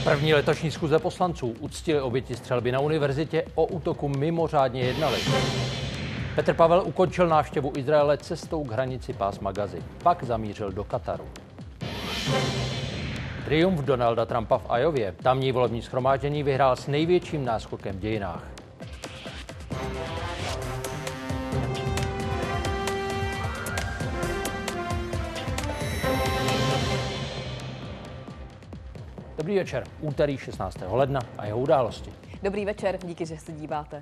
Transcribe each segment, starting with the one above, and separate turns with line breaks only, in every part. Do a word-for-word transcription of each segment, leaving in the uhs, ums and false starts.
První letošní schůze poslanců uctili oběti střelby na univerzitě, o útoku mimořádně jednali. Petr Pavel ukončil návštěvu Izraele cestou k hranici pásma Gazy. Pak zamířil do Kataru. Triumf Donalda Trumpa v Iowě. Tamní volební shromáždění vyhrál s největším náskokem v dějinách. Dobrý večer, úterý šestnáctého ledna a jeho události.
Dobrý večer, díky, že se díváte.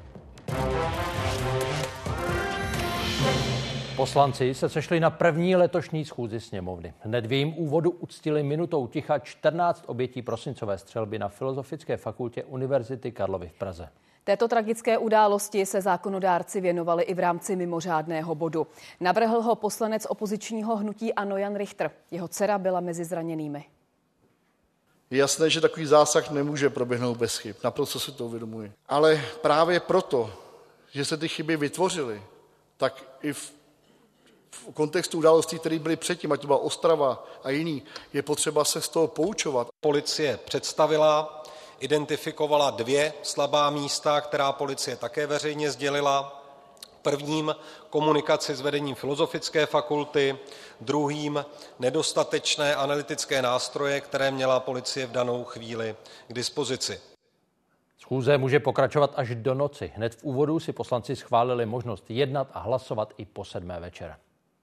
Poslanci se sešli na první letošní schůzi sněmovny. Hned v jejím úvodu uctili minutou ticha čtrnáct obětí prosincové střelby na Filozofické fakultě Univerzity Karlovy v Praze.
Této tragické události se zákonodárci věnovali i v rámci mimořádného bodu. Navrhl ho poslanec opozičního hnutí ANO Jan Richter. Jeho dcera byla mezi zraněnými.
Je jasné, že takový zásah nemůže proběhnout bez chyb. Naprosto si to uvědomuji. Ale právě proto, že se ty chyby vytvořily, tak i v, v kontextu událostí, které byly předtím, ať to byla Ostrava a jiný, je potřeba se z toho poučovat.
Policie představila, identifikovala dvě slabá místa, která policie také veřejně sdělila. Prvním komunikaci s vedením Filozofické fakulty, druhým nedostatečné analytické nástroje, které měla policie v danou chvíli k dispozici.
Schůze může pokračovat až do noci. Hned v úvodu si poslanci schválili možnost jednat a hlasovat i po sedmé večer.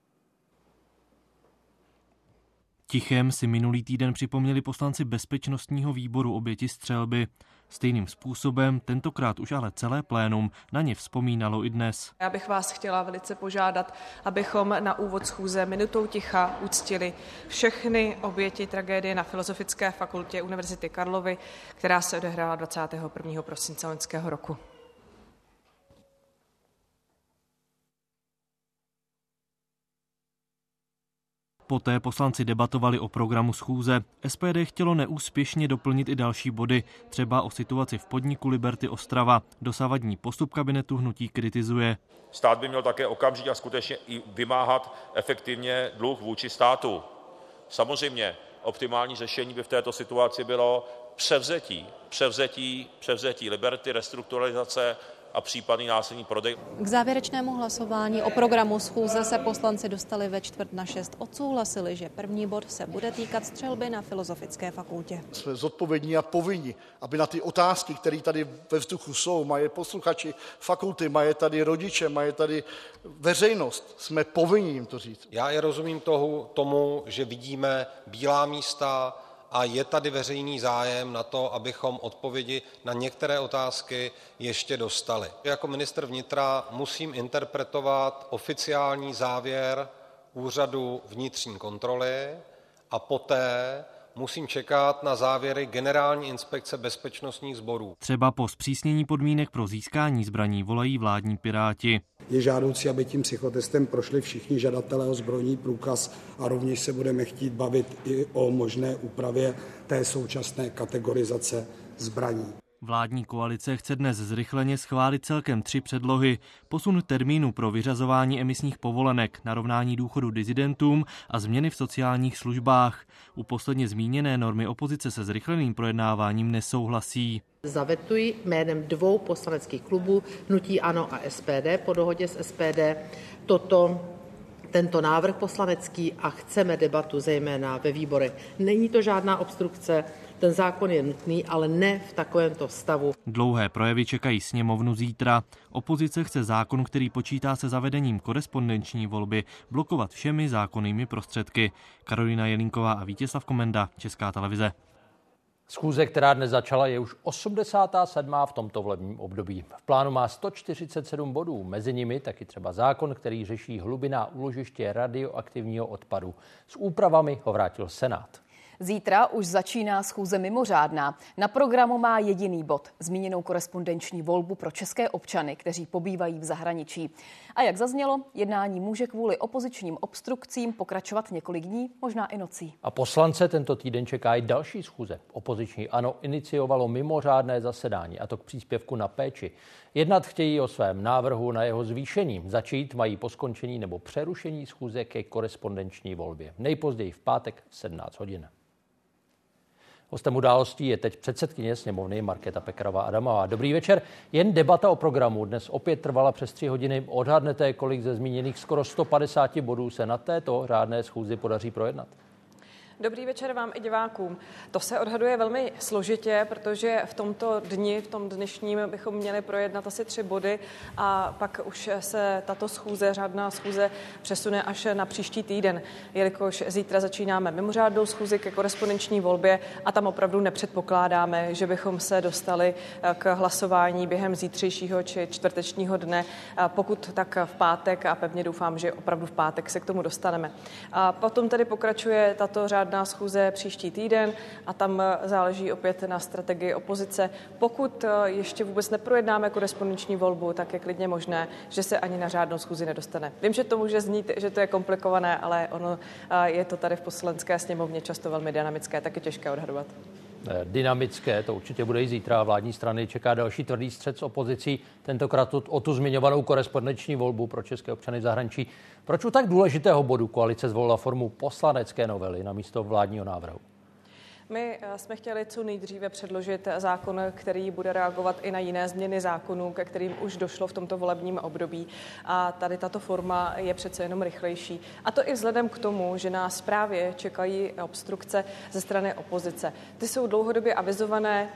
Tichem si minulý týden připomněli poslanci bezpečnostního výboru oběti střelby. Stejným způsobem, tentokrát už ale celé plénum na ně vzpomínalo i dnes.
Já bych vás chtěla velice požádat, abychom na úvod schůze minutou ticha uctili všechny oběti tragédie na Filozofické fakultě Univerzity Karlovy, která se odehrála dvacátého prvního prosince loňského roku.
Poté poslanci debatovali o programu schůze. S P D chtělo neúspěšně doplnit i další body, třeba o situaci v podniku Liberty Ostrava. Dosavadní postup kabinetu hnutí kritizuje.
Stát by měl také okamžitě a skutečně i vymáhat efektivně dluh vůči státu. Samozřejmě optimální řešení by v této situaci bylo převzetí, převzetí, převzetí Liberty, restrukturalizace a případný následný prodej.
K závěrečnému hlasování o programu schůze se poslanci dostali ve čtvrt na šest. Odsouhlasili, že první bod se bude týkat střelby na Filozofické fakultě.
Jsme zodpovědní a povinni, aby na ty otázky, které tady ve vzduchu jsou, mají posluchači fakulty, mají tady rodiče, mají tady veřejnost, jsme povinni jim to říct.
Já i rozumím toho, tomu, že vidíme bílá místa, a je tady veřejný zájem na to, abychom odpovědi na některé otázky ještě dostali. Jako ministr vnitra musím interpretovat oficiální závěr Úřadu vnitřní kontroly a poté musím čekat na závěry Generální inspekce bezpečnostních sborů.
Třeba po zpřísnění podmínek pro získání zbraní volají vládní Piráti.
Je žádoucí, aby tím psychotestem prošli všichni žadatelé o zbrojní průkaz a rovněž se budeme chtít bavit i o možné úpravě té současné kategorizace zbraní.
Vládní koalice chce dnes zrychleně schválit celkem tři předlohy. Posun termínu pro vyřazování emisních povolenek, narovnání důchodu disidentům a změny v sociálních službách. U posledně zmíněné normy opozice se zrychleným projednáváním nesouhlasí.
Zavetuji jménem dvou poslaneckých klubů hnutí ANO a S P D po dohodě s S P D toto tento návrh poslanecký a chceme debatu zejména ve výborech. Není to žádná obstrukce, ten zákon je nutný, ale ne v takovémto stavu.
Dlouhé projevy čekají sněmovnu zítra. Opozice chce zákon, který počítá se zavedením korespondenční volby, blokovat všemi zákonnými prostředky. Karolina Jelínková a Vítězslav Komenda, Česká televize.
Schůze, která dnes začala, je už osmdesátá sedmá v tomto volebním období. V plánu má sto čtyřicet sedm bodů, mezi nimi taky třeba zákon, který řeší hlubinná úložiště radioaktivního odpadu. S úpravami ho vrátil Senát.
Zítra už začíná schůze mimořádná. Na programu má jediný bod, zmíněnou korespondenční volbu pro české občany, kteří pobývají v zahraničí. A jak zaznělo, jednání může kvůli opozičním obstrukcím pokračovat několik dní, možná i nocí.
A poslance tento týden čeká i další schůze. Opoziční ANO iniciovalo mimořádné zasedání, a to k příspěvku na péči. Jednat chtějí o svém návrhu na jeho zvýšení. Začít mají po skončení nebo přerušení schůze ke korespondenční volbě. Nejpozději v pátek v sedmnáct hodin. Hostem událostí je teď předsedkyně sněmovny Markéta Pekarová Adamová. Dobrý večer. Jen debata o programu dnes opět trvala přes tři hodiny. Odhadnete, kolik ze zmíněných skoro sto padesáti bodů se na této řádné schůzi podaří projednat?
Dobrý večer vám i divákům. To se odhaduje velmi složitě, protože v tomto dni, v tom dnešním bychom měli projednat asi tři body a pak už se tato schůze, řádná schůze přesune až na příští týden, jelikož zítra začínáme mimořádnou schůzi ke korespondenční volbě a tam opravdu nepředpokládáme, že bychom se dostali k hlasování během zítřejšího či čtvrtečního dne, pokud tak v pátek a pevně doufám, že opravdu v pátek se k tomu dostaneme. A potom tedy pokračuje tato řádná na schůze příští týden a tam záleží opět na strategii opozice. Pokud ještě vůbec neprojednáme korespondenční volbu, tak je klidně možné, že se ani na řádnou schůzi nedostane. Vím, že to může znít, že to je komplikované, ale ono je to tady v Poslanecké sněmovně často velmi dynamické, tak je těžké odhadovat.
Dynamické, to určitě bude i zítra. Vládní strany čeká další tvrdý střet s opozicí, tentokrát o tu zmiňovanou korespondenční volbu pro české občany v zahraničí. Proč u tak důležitého bodu koalice zvolila formu poslanecké novely namísto vládního návrhu?
My jsme chtěli co nejdříve předložit zákon, který bude reagovat i na jiné změny zákonů, ke kterým už došlo v tomto volebním období. A tady tato forma je přece jenom rychlejší. A to i vzhledem k tomu, že nás právě čekají obstrukce ze strany opozice. Ty jsou dlouhodobě avizované,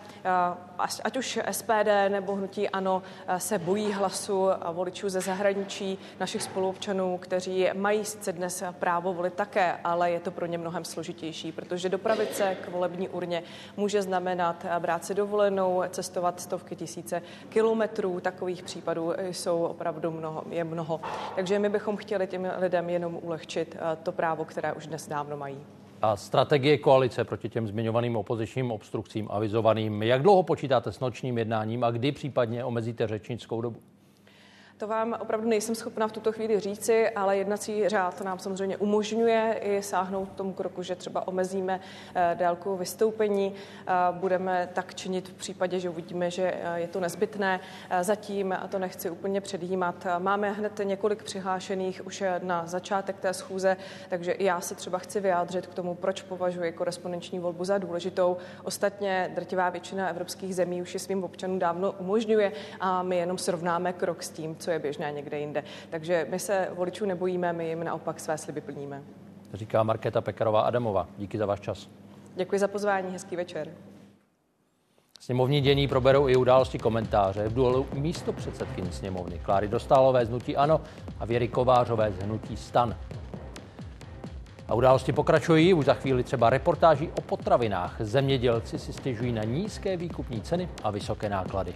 ať už S P D nebo hnutí ANO se bojí hlasu voličů ze zahraničí, našich spoluobčanů, kteří mají sice dnes právo volit také, ale je to pro ně mnohem složitější, protože dopravit se k volební urně může znamenat brát si dovolenou, cestovat stovky tisíce kilometrů. Takových případů jsou opravdu mnoho, je mnoho. Takže my bychom chtěli těm lidem jenom ulehčit to právo, které už dnes dávno mají.
A strategie koalice proti těm zmiňovaným opozičním obstrukcím avizovaným. Jak dlouho počítáte s nočním jednáním a kdy případně omezíte řečnickou dobu?
To vám opravdu nejsem schopna v tuto chvíli říci, ale jednací řád nám samozřejmě umožňuje i sáhnout k tomu kroku, že třeba omezíme délku vystoupení. Budeme tak činit v případě, že uvidíme, že je to nezbytné. Zatím, a to nechci úplně předjímat, máme hned několik přihlášených už na začátek té schůze, takže i já se třeba chci vyjádřit k tomu, proč považuji korespondenční volbu za důležitou. Ostatně drtivá většina evropských zemí už je svým občanům dávno umožňuje a my jenom srovnáme krok s tím, co je běžné někde jinde. Takže my se voličů nebojíme, my jim naopak své sliby plníme.
Říká Markéta Pekarová Adamová. Díky za váš čas.
Děkuji za pozvání, hezký večer.
Sněmovní dění proberou i události komentáře v duelu místo předsedkyní sněmovny Kláry Dostálové z hnutí ANO a Věry Kovářové z hnutí STAN. A události pokračují, už za chvíli třeba reportáží o potravinách. Zemědělci si stěžují na nízké výkupní ceny a vysoké náklady.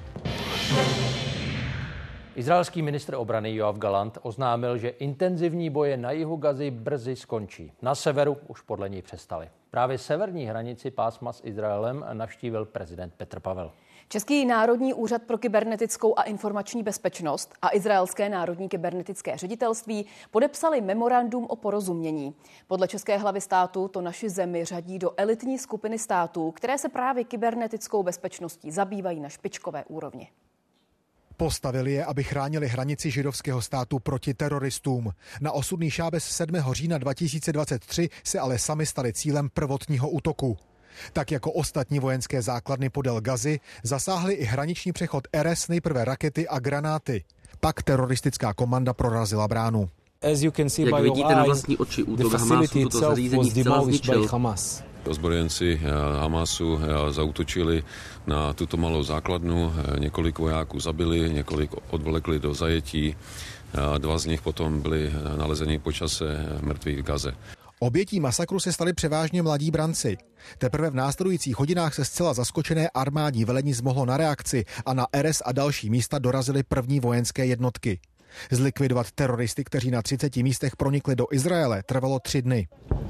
Izraelský ministr obrany Yoav Gallant oznámil, že intenzivní boje na jihu Gazy brzy skončí. Na severu už podle něj přestaly. Právě severní hranici pásma s Izraelem navštívil prezident Petr Pavel.
Český národní úřad pro kybernetickou a informační bezpečnost a Izraelské národní kybernetické ředitelství podepsali memorandum o porozumění. Podle české hlavy státu to naši zemi řadí do elitní skupiny států, které se právě kybernetickou bezpečností zabývají na špičkové úrovni.
Postavili je, aby chránili hranici židovského státu proti teroristům. Na osudný šábes sedmého října dva tisíce dvacet tři se ale sami stali cílem prvotního útoku. Tak jako ostatní vojenské základny podél Gazy zasáhly i hraniční přechod Erez nejprve rakety a granáty. Pak teroristická komanda prorazila bránu.
Jak vidíte na vlastní oči, útok Hamasu toto zařízení zcela zničil.
Ozbrojenci Hamasu zaútočili na tuto malou základnu, několik vojáků zabili, několik odvlekli do zajetí, dva z nich potom byli nalezeni po čase mrtví v Gaze.
Obětí masakru se stali převážně mladí branci. Teprve v následujících hodinách se zcela zaskočené armádní velení zmohlo na reakci a na Erez a další místa dorazily první vojenské jednotky. Zlikvidovat teroristy, kteří na třiceti místech pronikli do Izraele, trvalo tři dny.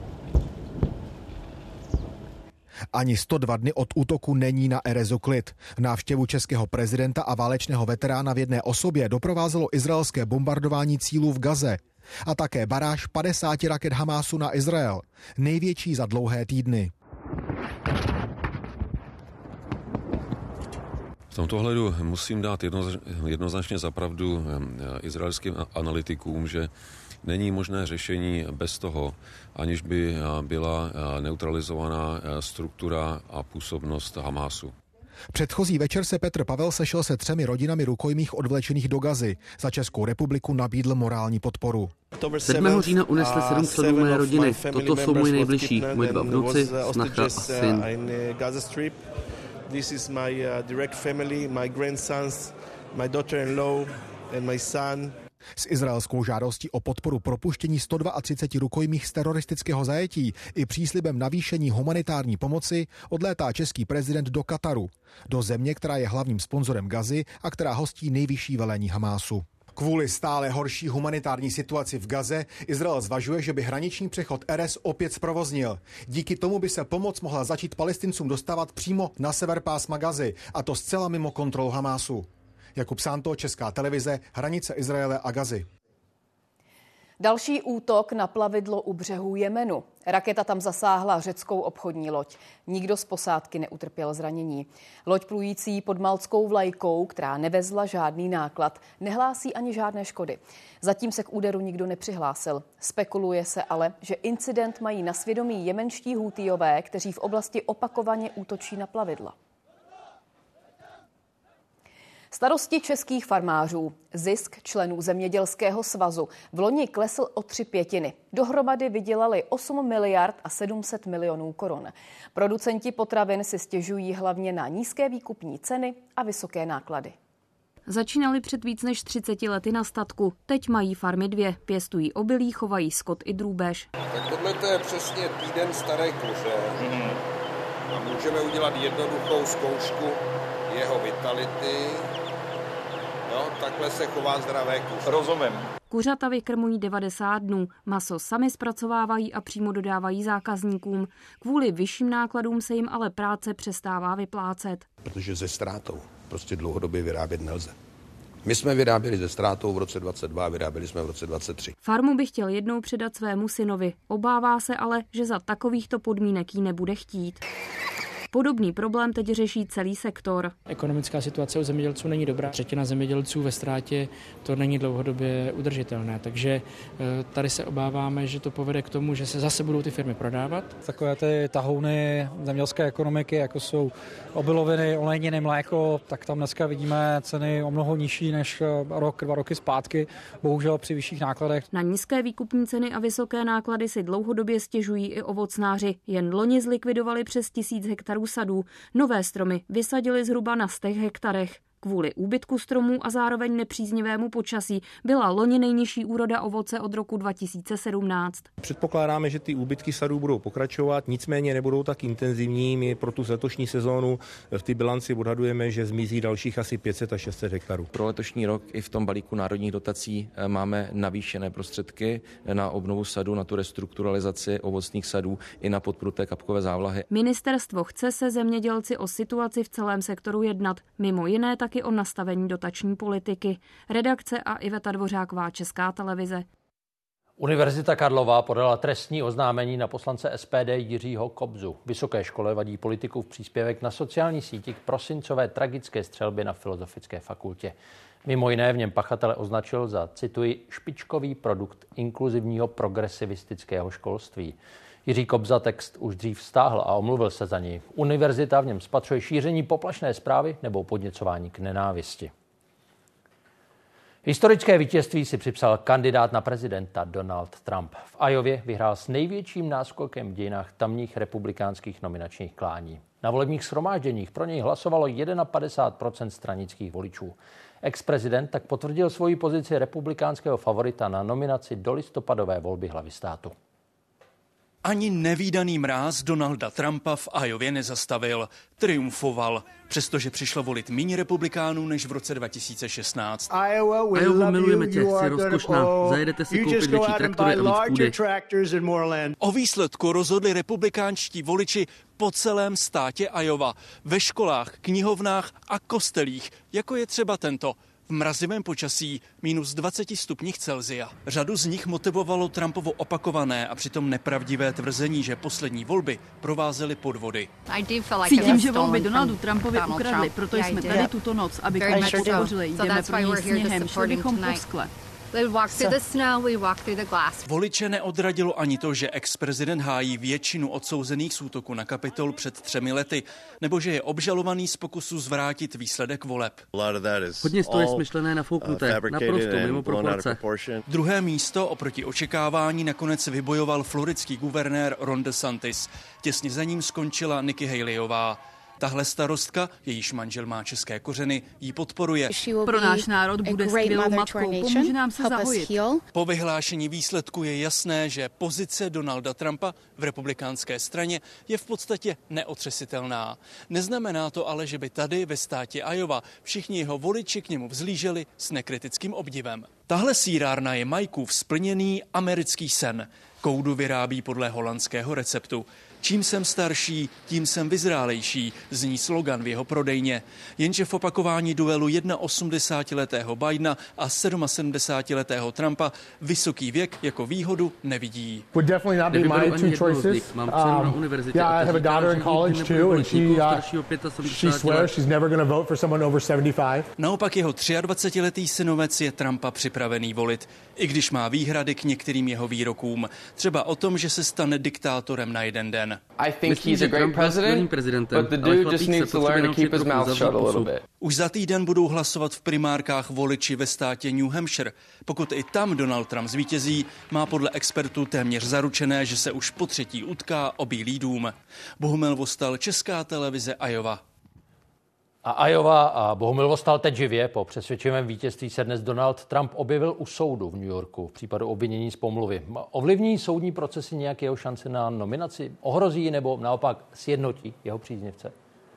Ani sto dva dny od útoku není na Erezu klid. Návštěvu českého prezidenta a válečného veterána v jedné osobě doprovázelo izraelské bombardování cílů v Gaze a také baráž padesáti raket Hamásu na Izrael, největší za dlouhé týdny.
V tomto ohledu musím dát jednoznačně za pravdu izraelským analytikům, že Není možné řešení bez toho, aniž by byla neutralizovaná struktura a působnost Hamásu.
Předchozí večer se Petr Pavel sešel se třemi rodinami rukojmích odvlečených do Gazy. Za Českou republiku nabídl morální podporu.
sedmého října unesli sedm členů mé rodiny. Toto jsou moji nejbližší, moji dva vnuci, snacha a syn.
This is my uh, direct family, my grandsons, my daughter-in-law and my son.
S izraelskou žádostí o podporu propuštění sto třicet dva rukojmích z teroristického zajetí i příslibem navýšení humanitární pomoci odlétá český prezident do Kataru, do země, která je hlavním sponzorem Gazy a která hostí nejvyšší velení Hamásu. Kvůli stále horší humanitární situaci v Gaze Izrael zvažuje, že by hraniční přechod Erez opět zprovoznil. Díky tomu by se pomoc mohla začít Palestincům dostávat přímo na sever pásma Gazy, a to zcela mimo kontrolu Hamásu. Jakub Santo, Česká televize, hranice Izraele a Gazy.
Další útok na plavidlo u břehů Jemenu. Raketa tam zasáhla řeckou obchodní loď. Nikdo z posádky neutrpěl zranění. Loď plující pod maltskou vlajkou, která nevezla žádný náklad, nehlásí ani žádné škody. Zatím se k úderu nikdo nepřihlásil. Spekuluje se ale, že incident mají na svědomí jemenští hútijové, kteří v oblasti opakovaně útočí na plavidla. Starosti českých farmářů. Zisk členů Zemědělského svazu v loni klesl o tři pětiny. Dohromady vydělali osm miliard a sedm set milionů korun. Producenti potravin si stěžují hlavně na nízké výkupní ceny a vysoké náklady.
Začínali před víc než třiceti lety na statku. Teď mají farmy dvě. Pěstují obilí, chovají skot i drůbež.
Tak tohle to je přesně týden staré kuře. Mm. A můžeme udělat jednoduchou zkoušku jeho vitality. No, takhle se chová zdravé kuře. Rozumím.
Kuřata vykrmují devadesát dnů. Maso sami zpracovávají a přímo dodávají zákazníkům. Kvůli vyšším nákladům se jim ale práce přestává vyplácet.
Protože ze ztrátou prostě dlouhodobě vyrábět nelze. My jsme vyráběli ze ztrátou v roce dvacet dva, vyráběli jsme v roce dvacet tři.
Farmu by chtěl jednou předat svému synovi. Obává se ale, že za takovýchto podmínek ji nebude chtít. Podobný problém teď řeší celý sektor.
Ekonomická situace u zemědělců není dobrá. Třetina zemědělců ve ztrátě, to není dlouhodobě udržitelné. Takže tady se obáváme, že to povede k tomu, že se zase budou ty firmy prodávat.
Takové ty tahouny zemědělské ekonomiky, jako jsou obiloviny, olejniny, mléko, tak tam dneska vidíme ceny o mnoho nižší než rok, dva roky zpátky, bohužel při vyšších nákladech.
Na nízké výkupní ceny a vysoké náklady si dlouhodobě stěžují i ovocnáři. Jen loni zlikvidovali přes tisíc hektarů sadů. Nové stromy vysadili zhruba na stech hektarech. Kvůli úbytku stromů a zároveň nepříznivému počasí byla loni nejnižší úroda ovoce od roku dva tisíce sedmnáct.
Předpokládáme, že ty úbytky sadů budou pokračovat, nicméně nebudou tak intenzivní. My pro tu letošní sezónu v té bilanci odhadujeme, že zmizí dalších asi pět set až šest set hektarů.
Pro letošní rok i v tom balíku národních dotací máme navýšené prostředky na obnovu sadů, na tu restrukturalizaci ovocných sadů i na podporu té kapkové závlahy.
Ministerstvo chce se zemědělci o situaci v celém sektoru jednat, mimo jiné tak i o nastavení dotační politiky. Redakce a Iveta Dvořáková, Česká televize.
Univerzita Karlova podala trestní oznámení na poslance S P D Jiřího Kobzu. Vysoké škole vadí politikův příspěvek na sociální síti k prosincové tragické střelbě na Filozofické fakultě. Mimo jiné v něm pachatele označil za, cituji, špičkový produkt inkluzivního progresivistického školství. Jiří Kobza text už dřív stáhl a omluvil se za něj. Univerzita v něm spatřuje šíření poplašné zprávy nebo podněcování k nenávisti. Historické vítězství si připsal kandidát na prezidenta Donald Trump. V Iowě vyhrál s největším náskokem v dějinách tamních republikánských nominačních klání. Na volebních shromážděních pro něj hlasovalo padesát jedna procent stranických voličů. Ex-prezident tak potvrdil svoji pozici republikánského favorita na nominaci do listopadové volby hlavy státu.
Ani nevídaný mráz Donalda Trumpa v Iowě nezastavil. Triumfoval, přestože přišlo volit méně republikánů než v roce dva tisíce šestnáct.
Iowa, milujeme tě, jsi rozkošná. Zajedete si koupit větší traktory a víc půdy.
O výsledku rozhodli republikánští voliči po celém státě Iowa. Ve školách, knihovnách a kostelích, jako je třeba tento. V mrazivém počasí minus dvacet stupních Celsia. Řadu z nich motivovalo Trumpovo opakované a přitom nepravdivé tvrzení, že poslední volby provázely podvody.
Cítím, že volby Donaldu Trumpovi ukradli, proto jsme tady tuto noc, abychom nepodpořili. Jdeme pro něj sněhem, šli bychom po skle. We walk through the snow, we walk through the glass.
Voliče neodradilo ani to, že ex-prezident hájí většinu odsouzených z útoku na Kapitol před třemi lety, nebo že je obžalovaný z pokusu zvrátit výsledek voleb.
Hodně z toho je smyšlené, nafouknuté, naprosto mimo proporce.
Druhé místo oproti očekávání nakonec vybojoval floridský guvernér Ron DeSantis. Těsně za ním skončila Nikki Haleyová. Tahle starostka, jejíž manžel má české kořeny, jí podporuje.
Pro náš národ bude skvělou matkou, pomůže nám se zahojit.
Po vyhlášení výsledku je jasné, že pozice Donalda Trumpa v republikánské straně je v podstatě neotřesitelná. Neznamená to ale, že by tady ve státě Iowa všichni jeho voliči k němu vzlíželi s nekritickým obdivem. Tahle sýrárna je Mikeův splněný americký sen. Koudu vyrábí podle holandského receptu. Čím jsem starší, tím jsem vyzrálejší, zní slogan v jeho prodejně. Jenže v opakování duelu osmdesátiletého Bidena a sedmasedmdesátiletého Trumpa vysoký věk jako výhodu nevidí.
Would definitely not be my two choices. Mám dceru na univerzitě.
Yeah, I have a daughter in college too, and she uh, she swears she's never going to vote for someone over seventy-five.
Naopak jeho dvacetitříletý synovec je Trumpa připravený volit, i když má výhrady k některým jeho výrokům. Třeba o tom, že se stane diktátorem na jeden den.
I think he's a great president, but the dude just needs to learn to keep his mouth shut a little bit.
Už za týden budou hlasovat v primárkách voliči ve státě New Hampshire. Pokud i tam Donald Trump zvítězí, má podle expertů téměř zaručené, že se už po třetí utká o Bílý dům. Bohumil Vostal, Česká televize Iowa.
A Iowa a Bohumil Vostal teď živě. Po přesvědčivém vítězství se dnes Donald Trump objevil u soudu v New Yorku v případu obvinění z pomluvy. Ovlivní soudní procesy nějak jeho šance na nominaci? Ohrozí nebo naopak sjednotí jeho příznivce?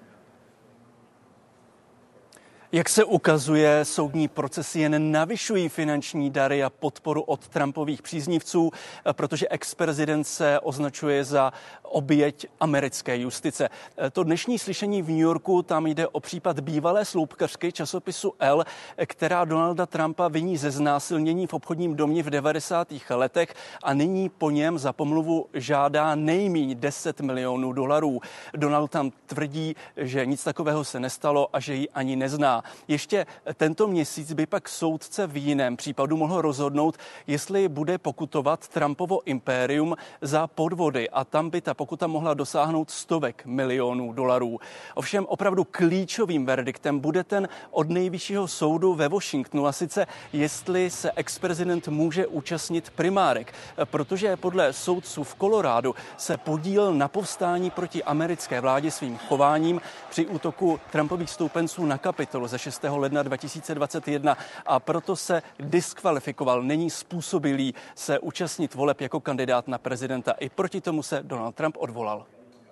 Jak se ukazuje, soudní procesy jen navyšují finanční dary a podporu od Trumpových příznivců, protože ex-prezident se označuje za oběť americké justice. To dnešní slyšení v New Yorku, tam jde o případ bývalé sloupkařky časopisu Elle, která Donalda Trumpa viní ze znásilnění v obchodním domě v devadesátých letech a nyní po něm za pomluvu žádá nejmíň deset milionů dolarů. Donald tam tvrdí, že nic takového se nestalo a že ji ani nezná. Ještě tento měsíc by pak soudce v jiném případu mohl rozhodnout, jestli bude pokutovat Trumpovo impérium za podvody a tam by ta pokuta mohla dosáhnout stovek milionů dolarů. Ovšem opravdu klíčovým verdiktem bude ten od nejvyššího soudu ve Washingtonu a sice jestli se ex-prezident může účastnit primárek, protože podle soudců v Kolorádu se podílel na povstání proti americké vládě svým chováním při útoku Trumpových stoupenců na Kapitol ze šestého ledna dva tisíce dvacet jedna a proto se diskvalifikoval, není způsobilý se účastnit voleb jako kandidát na prezidenta. I proti tomu se Donald Trump odvolal.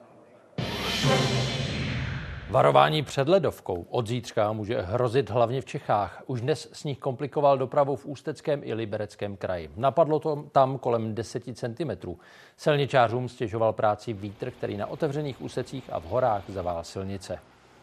Varování před ledovkou od zítřka může hrozit hlavně v Čechách. Už dnes sníh komplikoval dopravu v Ústeckém i Libereckém kraji. Napadlo to tam kolem deseti centimetrů. Silničářům stěžoval práci vítr, který na otevřených úsecích a v horách zavál silnice.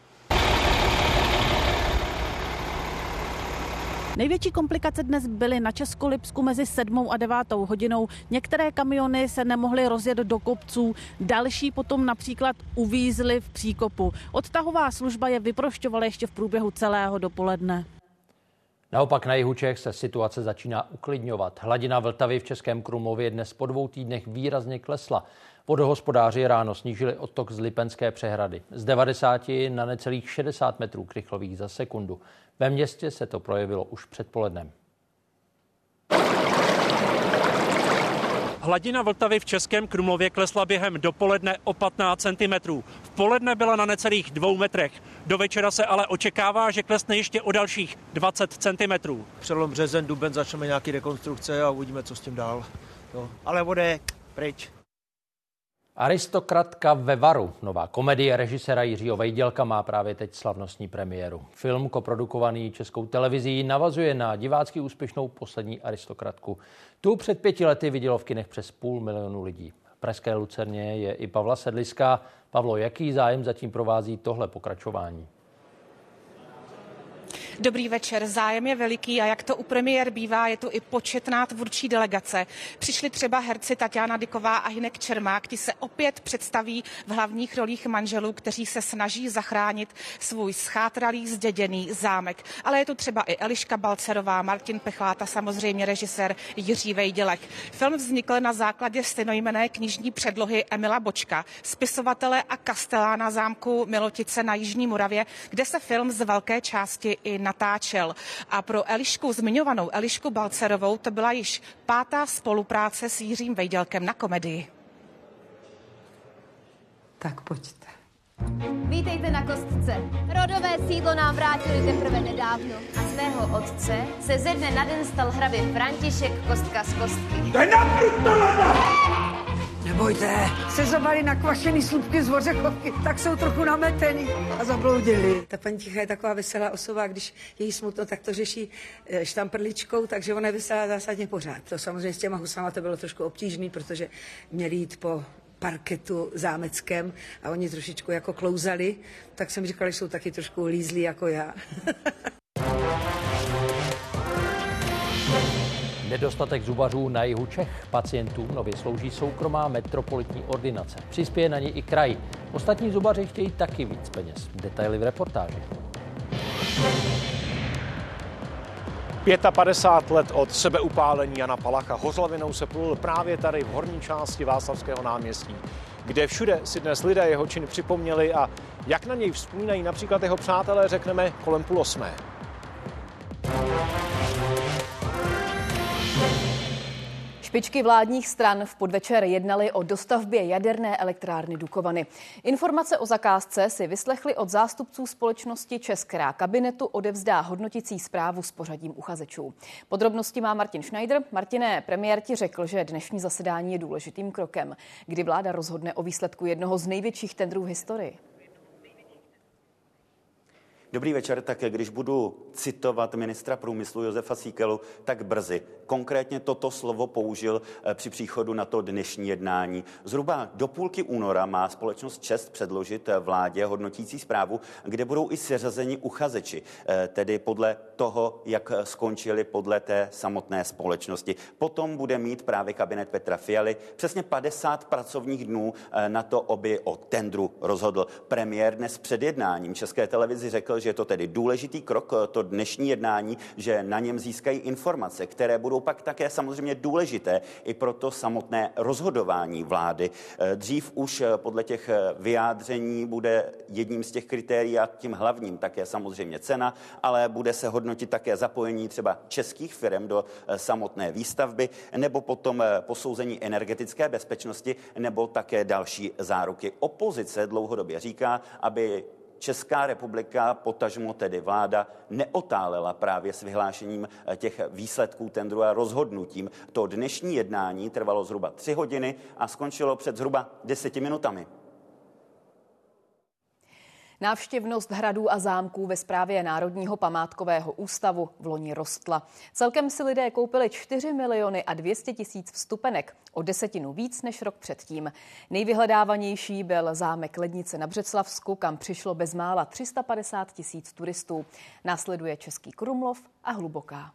Největší komplikace dnes byly na Českolipsku mezi sedmou a devátou hodinou. Některé kamiony se nemohly rozjet do kopců, další potom například uvízly v příkopu. Odtahová služba je vyprošťovala ještě v průběhu celého dopoledne.
Naopak na jihu Čech se situace začíná uklidňovat. Hladina Vltavy v Českém Krumlově dnes po dvou týdnech výrazně klesla. Vodohospodáři ráno snížili odtok z Lipenské přehrady z devadesáti na necelých šedesát metrů krychlových za sekundu. Ve městě se to projevilo už předpolednem.
Hladina Vltavy v Českém Krumlově klesla během dopoledne o patnáct centimetrů. V poledne byla na necelých dvou metrech. Do večera se ale očekává, že klesne ještě o dalších dvacet centimetrů.
Přelom březen, duben začneme nějaký rekonstrukce a uvidíme, co s tím dál. No, ale bude pryč.
Aristokratka ve varu. Nová komedie režiséra Jiřího Vejdělka má právě teď slavnostní premiéru. Film koprodukovaný Českou televizí navazuje na divácky úspěšnou Poslední aristokratku. Tu před pěti lety vidělo v kinech přes půl milionu lidí. V pražské Lucerně je i Pavla Sedliská. Pavlo, jaký zájem zatím provází tohle pokračování?
Dobrý večer, zájem je veliký a jak to u premiér bývá, je tu i početná tvůrčí delegace. Přišli třeba herci Tatiana Dyková a Hynek Čermák, ti se opět představí v hlavních rolích manželů, kteří se snaží zachránit svůj schátralý zděděný zámek. Ale je tu třeba i Eliška Balcerová, Martin Pechlát a samozřejmě režisér Jiří Vejdělek. Film vznikl na základě stejnojmenné knižní předlohy Emila Bočka, spisovatele a kastelána zámku Milotice na Jižní Moravě, kde se film z velké části i natáčel. A pro Elišku, zmiňovanou Elišku Balcerovou, to byla již pátá spolupráce s Jiřím Vejdělkem na komedii.
Tak pojďte.
Vítejte na Kostce. Rodové sídlo nám vrátili teprve nedávno. A z mého otce se ze dne na den stal hrabě František Kostka z Kostky.
Daj na Nebojte, se zabali na kvašený slupky z ořechovky, tak jsou trochu nametený a zabloudili. Ta paní Tichá je taková veselá osoba, když je jí smutno, tak to řeší štamprličkou, takže ona je veselá zásadně pořád. To samozřejmě s těma husama to bylo trošku obtížný, protože měli jít po parketu zámeckém a oni trošičku jako klouzali, tak jsem říkala, že jsou taky trošku lízlí jako já.
Nedostatek zubařů na jihu Čech. Pacientům nově slouží soukromá metropolitní ordinace. Přispěje na ně i kraj. Ostatní zubaři chtějí taky víc peněz. Detaily v reportáži.
padesát pět let od sebeupálení Jana Palacha hořlavinou se plul právě tady v horní části Václavského náměstí, kde všude si dnes lidé jeho činy připomněli a jak na něj vzpomínají například jeho přátelé, řekneme kolem půl osmé.
Špičky vládních stran v podvečer jednaly o dostavbě jaderné elektrárny Dukovany. Informace o zakázce si vyslechli od zástupců společnosti ČEZ, která kabinetu odevzdá hodnotící zprávu s pořadím uchazečů. Podrobnosti má Martin Schneider. Martine, premiér ti řekl, že dnešní zasedání je důležitým krokem, kdy vláda rozhodne o výsledku jednoho z největších tendrů v historii.
Dobrý večer, tak když budu citovat ministra průmyslu Josefa Síkelu, tak brzy. Konkrétně toto slovo použil při příchodu na to dnešní jednání. Zhruba do půlky února má společnost ČEZ předložit vládě hodnotící zprávu, kde budou i seřazeni uchazeči, tedy podle toho, jak skončili podle té samotné společnosti. Potom bude mít právě kabinet Petra Fialy přesně padesát pracovních dnů na to, aby o tendru rozhodl. Premiér dnes před jednáním České televizi řekl, že je to tedy důležitý krok, to dnešní jednání, že na něm získají informace, které budou pak také samozřejmě důležité i pro to samotné rozhodování vlády. Dřív už podle těch vyjádření bude jedním z těch kritérií a tím hlavním také samozřejmě cena, ale bude se hodnotit také zapojení třeba českých firm do samotné výstavby nebo potom posouzení energetické bezpečnosti nebo také další záruky. Opozice dlouhodobě říká, aby Česká republika, potažmo tedy vláda, neotálela právě s vyhlášením těch výsledků tendru a rozhodnutím. To dnešní jednání trvalo zhruba tři hodiny a skončilo před zhruba deseti minutami.
Návštěvnost hradů a zámků ve správě Národního památkového ústavu v loni rostla. Celkem si lidé koupili čtyři miliony a dvě stě tisíc vstupenek, o desetinu víc než rok předtím. Nejvyhledávanější byl zámek Lednice na Břeclavsku, kam přišlo bezmála tři sta padesát tisíc turistů. Následuje Český Krumlov a Hluboká.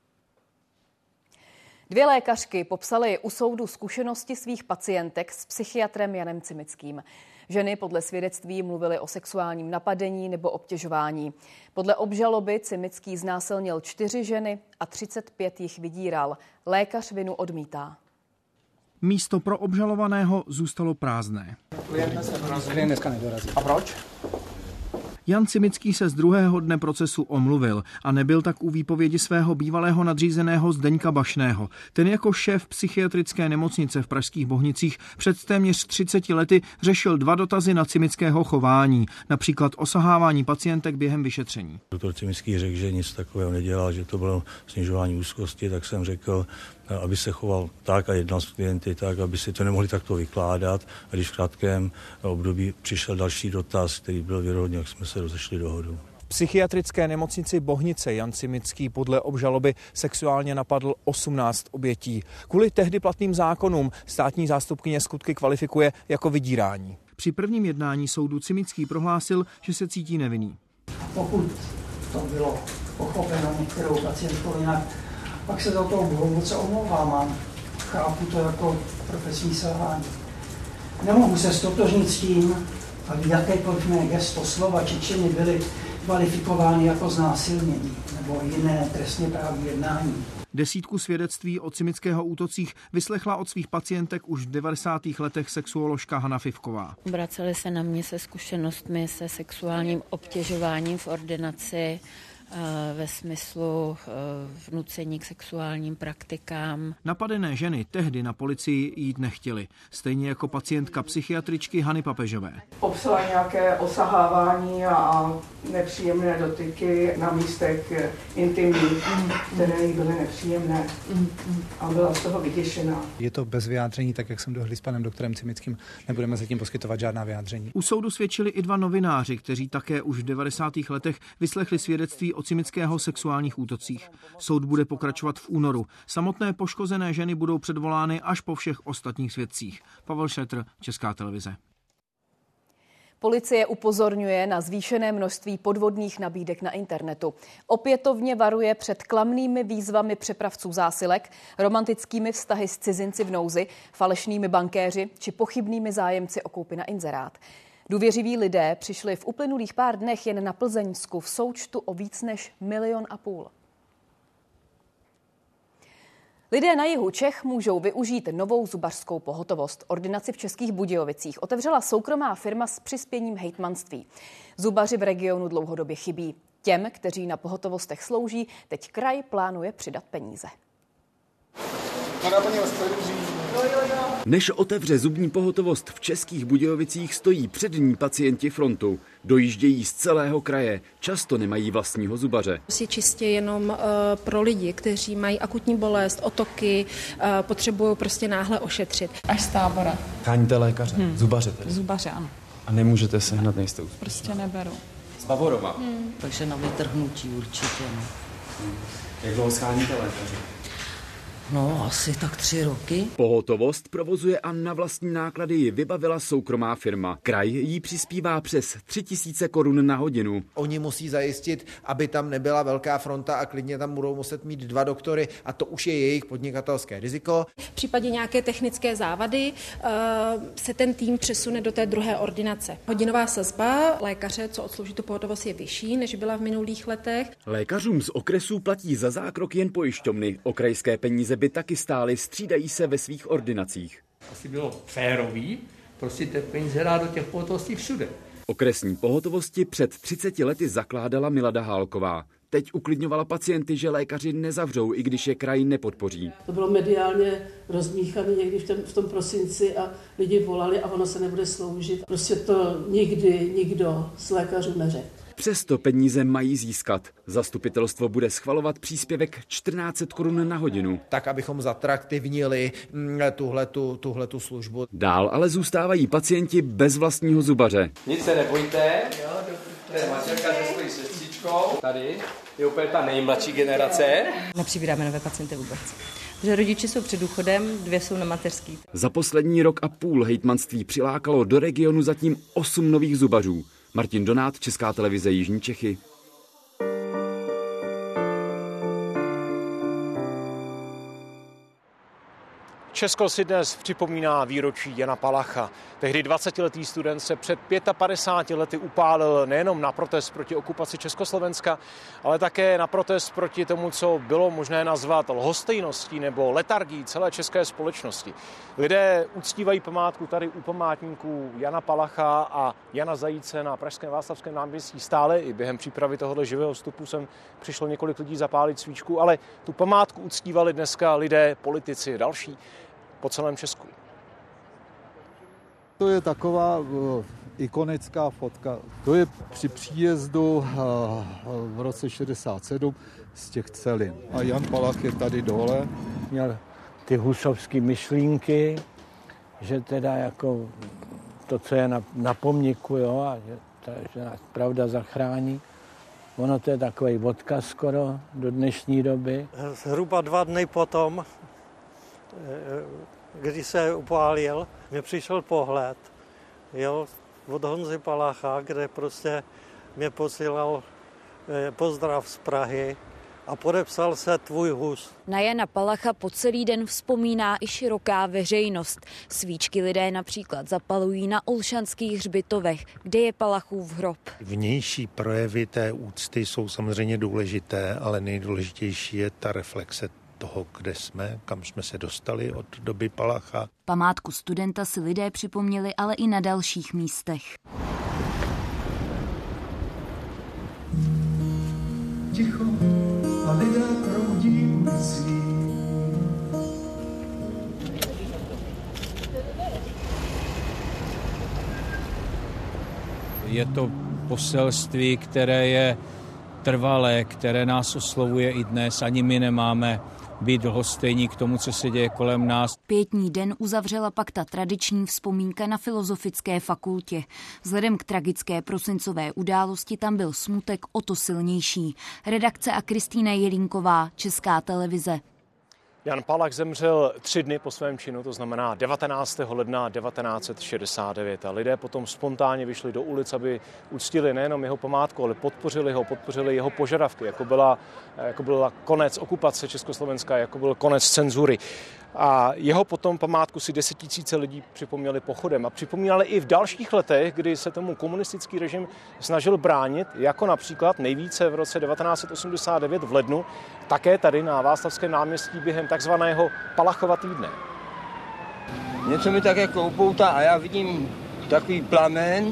Dvě lékařky popsaly u soudu zkušenosti svých pacientek s psychiatrem Janem Cimickým. Ženy podle svědectví mluvily o sexuálním napadení nebo obtěžování. Podle obžaloby Cimický znásilnil čtyři ženy a třicet pět jich vydíral. Lékař vinu odmítá.
Místo pro obžalovaného zůstalo prázdné.
Dneska nedorazí. A proč?
Jan Cimický se z druhého dne procesu omluvil a nebyl tak u výpovědi svého bývalého nadřízeného Zdeňka Bašného. Ten jako šéf psychiatrické nemocnice v pražských Bohnicích před téměř třiceti lety řešil dva dotazy na Cimického chování, například osahávání pacientek během vyšetření.
Doktor Cimický řekl, že nic takového nedělal, že to bylo snižování úzkosti, tak jsem řekl, aby se choval tak a jednal s klienty tak, aby si to nemohli takto vykládat. A když v krátkém období přišel další dotaz, který byl věrohodný, jak jsme se rozešli dohodu.
V psychiatrické nemocnici Bohnice Jan Cimický podle obžaloby sexuálně napadl osmnáct obětí. Kvůli tehdy platným zákonům státní zástupkyně skutky kvalifikuje jako vydírání. Při prvním jednání soudu Cimický prohlásil, že se cítí nevinný.
Pokud
to bylo pochopeno některou pacientkou jinak. Pak se do toho hluboce omlouvám a chápu to jako profesní selhání. Nemohu se ztotožnit s tím, aby jakékoliv mé gesto, slova či činy byly kvalifikovány jako znásilnění nebo jiné trestně právní jednání.
Desítku svědectví o cymického útocích vyslechla od svých pacientek už v devadesátých letech sexuoložka Hana Fivková.
Obraceli se na mě se zkušenostmi se sexuálním obtěžováním v ordinaci, ve smyslu vnucení k sexuálním praktikám.
Napadené ženy tehdy na policii jít nechtěly, stejně jako pacientka psychiatričky Hany Papežové.
Obsala nějaké osahávání a nepříjemné dotyky na místech intimních, které jí byly nepříjemné a byla z toho vyděšená.
Je to bez vyjádření, tak jak jsem dohodli s panem doktorem Cimickým, nebudeme zatím poskytovat žádná vyjádření.
U soudu svědčili i dva novináři, kteří také už v devadesátých letech vyslechli svědectví o Cimického sexuálních útocích. Soud bude pokračovat v únoru. Samotné poškozené ženy budou předvolány až po všech ostatních svědcích. Pavel Šetr, Česká televize.
Policie upozorňuje na zvýšené množství podvodných nabídek na internetu. Opětovně varuje před klamnými výzvami přepravců zásilek, romantickými vztahy s cizinci v nouzi, falešnými bankéři či pochybnými zájemci o koupi na inzerát. Důvěřiví lidé přišli v uplynulých pár dnech jen na Plzeňsku v součtu o víc než milion a půl. Lidé na jihu Čech můžou využít novou zubařskou pohotovost. Ordinaci v Českých Budějovicích otevřela soukromá firma s přispěním hejtmanství. Zubaři v regionu dlouhodobě chybí. Těm, kteří na pohotovostech slouží, teď kraj plánuje přidat peníze.
Než otevře zubní pohotovost v Českých Budějovicích, stojí před ní pacienti frontu. Dojíždějí z celého kraje, často nemají vlastního zubaře.
Je čistě jenom uh, pro lidi, kteří mají akutní bolest, otoky, uh, potřebují prostě náhle ošetřit.
Až z Tábora.
Cháníte lékaře?
Hmm.
Zubaře tedy?
Zubaře, ano.
A nemůžete sehnat, nejste úspěšná?
Prostě neberu.
Z Bavorova?
Hmm.
Takže na vytrhnutí určitě.
Hmm. Jak dlouho scháníte lékaře?
No, asi tak tři roky.
Pohotovost provozuje a na vlastní náklady ji vybavila soukromá firma. Kraj jí přispívá přes tři tisíce korun na hodinu.
Oni musí zajistit, aby tam nebyla velká fronta a klidně tam budou muset mít dva doktory a to už je jejich podnikatelské riziko.
V případě nějaké technické závady uh, se ten tým přesune do té druhé ordinace. Hodinová sazba lékaře, co odslouží tu pohotovost, je vyšší, než byla v minulých letech.
Lékařům z okresů platí za zákrok jen pojišťovny. Okrajské peníze by taky stály, střídají se ve svých ordinacích.
Asi bylo férový, prostě ty peníze dát do těch pohotovostí všude.
Okresní pohotovosti před třiceti lety zakládala Milada Hálková. Teď uklidňovala pacienty, že lékaři nezavřou, i když je kraj nepodpoří.
To bylo mediálně rozmíchané někdy v tom, v tom prosinci a lidi volali a ono se nebude sloužit. Prostě to nikdy nikdo z lékařů neřekl.
Přesto peníze mají získat. Zastupitelstvo bude schvalovat příspěvek čtrnáct set korun na hodinu.
Tak, abychom zatraktivnili tuhletu, tuhletu službu.
Dál ale zůstávají pacienti bez vlastního zubaře.
Nic se nebojte. To je manželka se svojí sestřičkou. Tady je úplně ta nejmladší generace.
Nepřibíráme nové pacienty vůbec. Že rodiče jsou před důchodem, dvě jsou na mateřský.
Za poslední rok a půl hejtmanství přilákalo do regionu zatím osm nových zubařů. Martin Donát, Česká televize Jižní Čechy.
Česko si dnes připomíná výročí Jana Palacha. Tehdy dvacetiletý student se před padesátimi pěti lety upálil nejenom na protest proti okupaci Československa, ale také na protest proti tomu, co bylo možné nazvat lhostejností nebo letargií celé české společnosti. Lidé uctívají památku tady u památníků Jana Palacha a Jana Zajíce na pražském Václavském náměstí. Stále i během přípravy tohoto živého vstupu sem přišlo několik lidí zapálit svíčku, ale tu památku uctívali dneska lidé, politici, další po celém Česku.
To je taková uh, ikonická fotka. To je při příjezdu uh, v roce šedesát sedm z těch celin. A Jan Palach je tady dole.
Měl ty husovské myšlínky, že teda jako to, co je na, na pomníku, jo, a že, ta, že nás pravda zachrání. Ono to je takový odkaz skoro do dnešní doby.
Zhruba dva dny potom, kdy se upálil, mě přišel pohled, jo, od Honzy Palacha, kde prostě mě posílal pozdrav z Prahy a podepsal se tvůj hus.
Na Jana Palacha po celý den vzpomíná i široká veřejnost. Svíčky lidé například zapalují na olšanských hřbitovech, kde je Palachův hrob.
Vnější projevy té úcty jsou samozřejmě důležité, ale nejdůležitější je ta reflexe toho, kde jsme, kam jsme se dostali od doby Palacha.
Památku studenta si lidé připomněli ale i na dalších místech.
Ticho a lidé proudí ulicí.
Je to poselství, které je trvalé, které nás oslovuje i dnes. Ani my nemáme být lhostejní k tomu, co se děje kolem nás.
Pětní den uzavřela pak ta tradiční vzpomínka na Filozofické fakultě. Vzhledem k tragické prosincové události tam byl smutek o to silnější. Redakce a Kristýna Jelínková, Česká televize.
Jan Palach zemřel tři dny po svém činu, to znamená devatenáctého ledna devatenáct set šedesát devět. A lidé potom spontánně vyšli do ulic, aby uctili nejenom jeho památku, ale podpořili ho, podpořili jeho požadavky, jako byla, jako byla konec okupace Československa, jako byl konec cenzury. A jeho potom památku si desetitisíce lidí připomněli pochodem a připomínali i v dalších letech, kdy se tomu komunistický režim snažil bránit, jako například nejvíce v roce devatenáct set osmdesát devět v lednu, také tady na Václavském náměstí během takzvaného Palachova týdne.
Něco mi také kloupoutá a já vidím takový plamen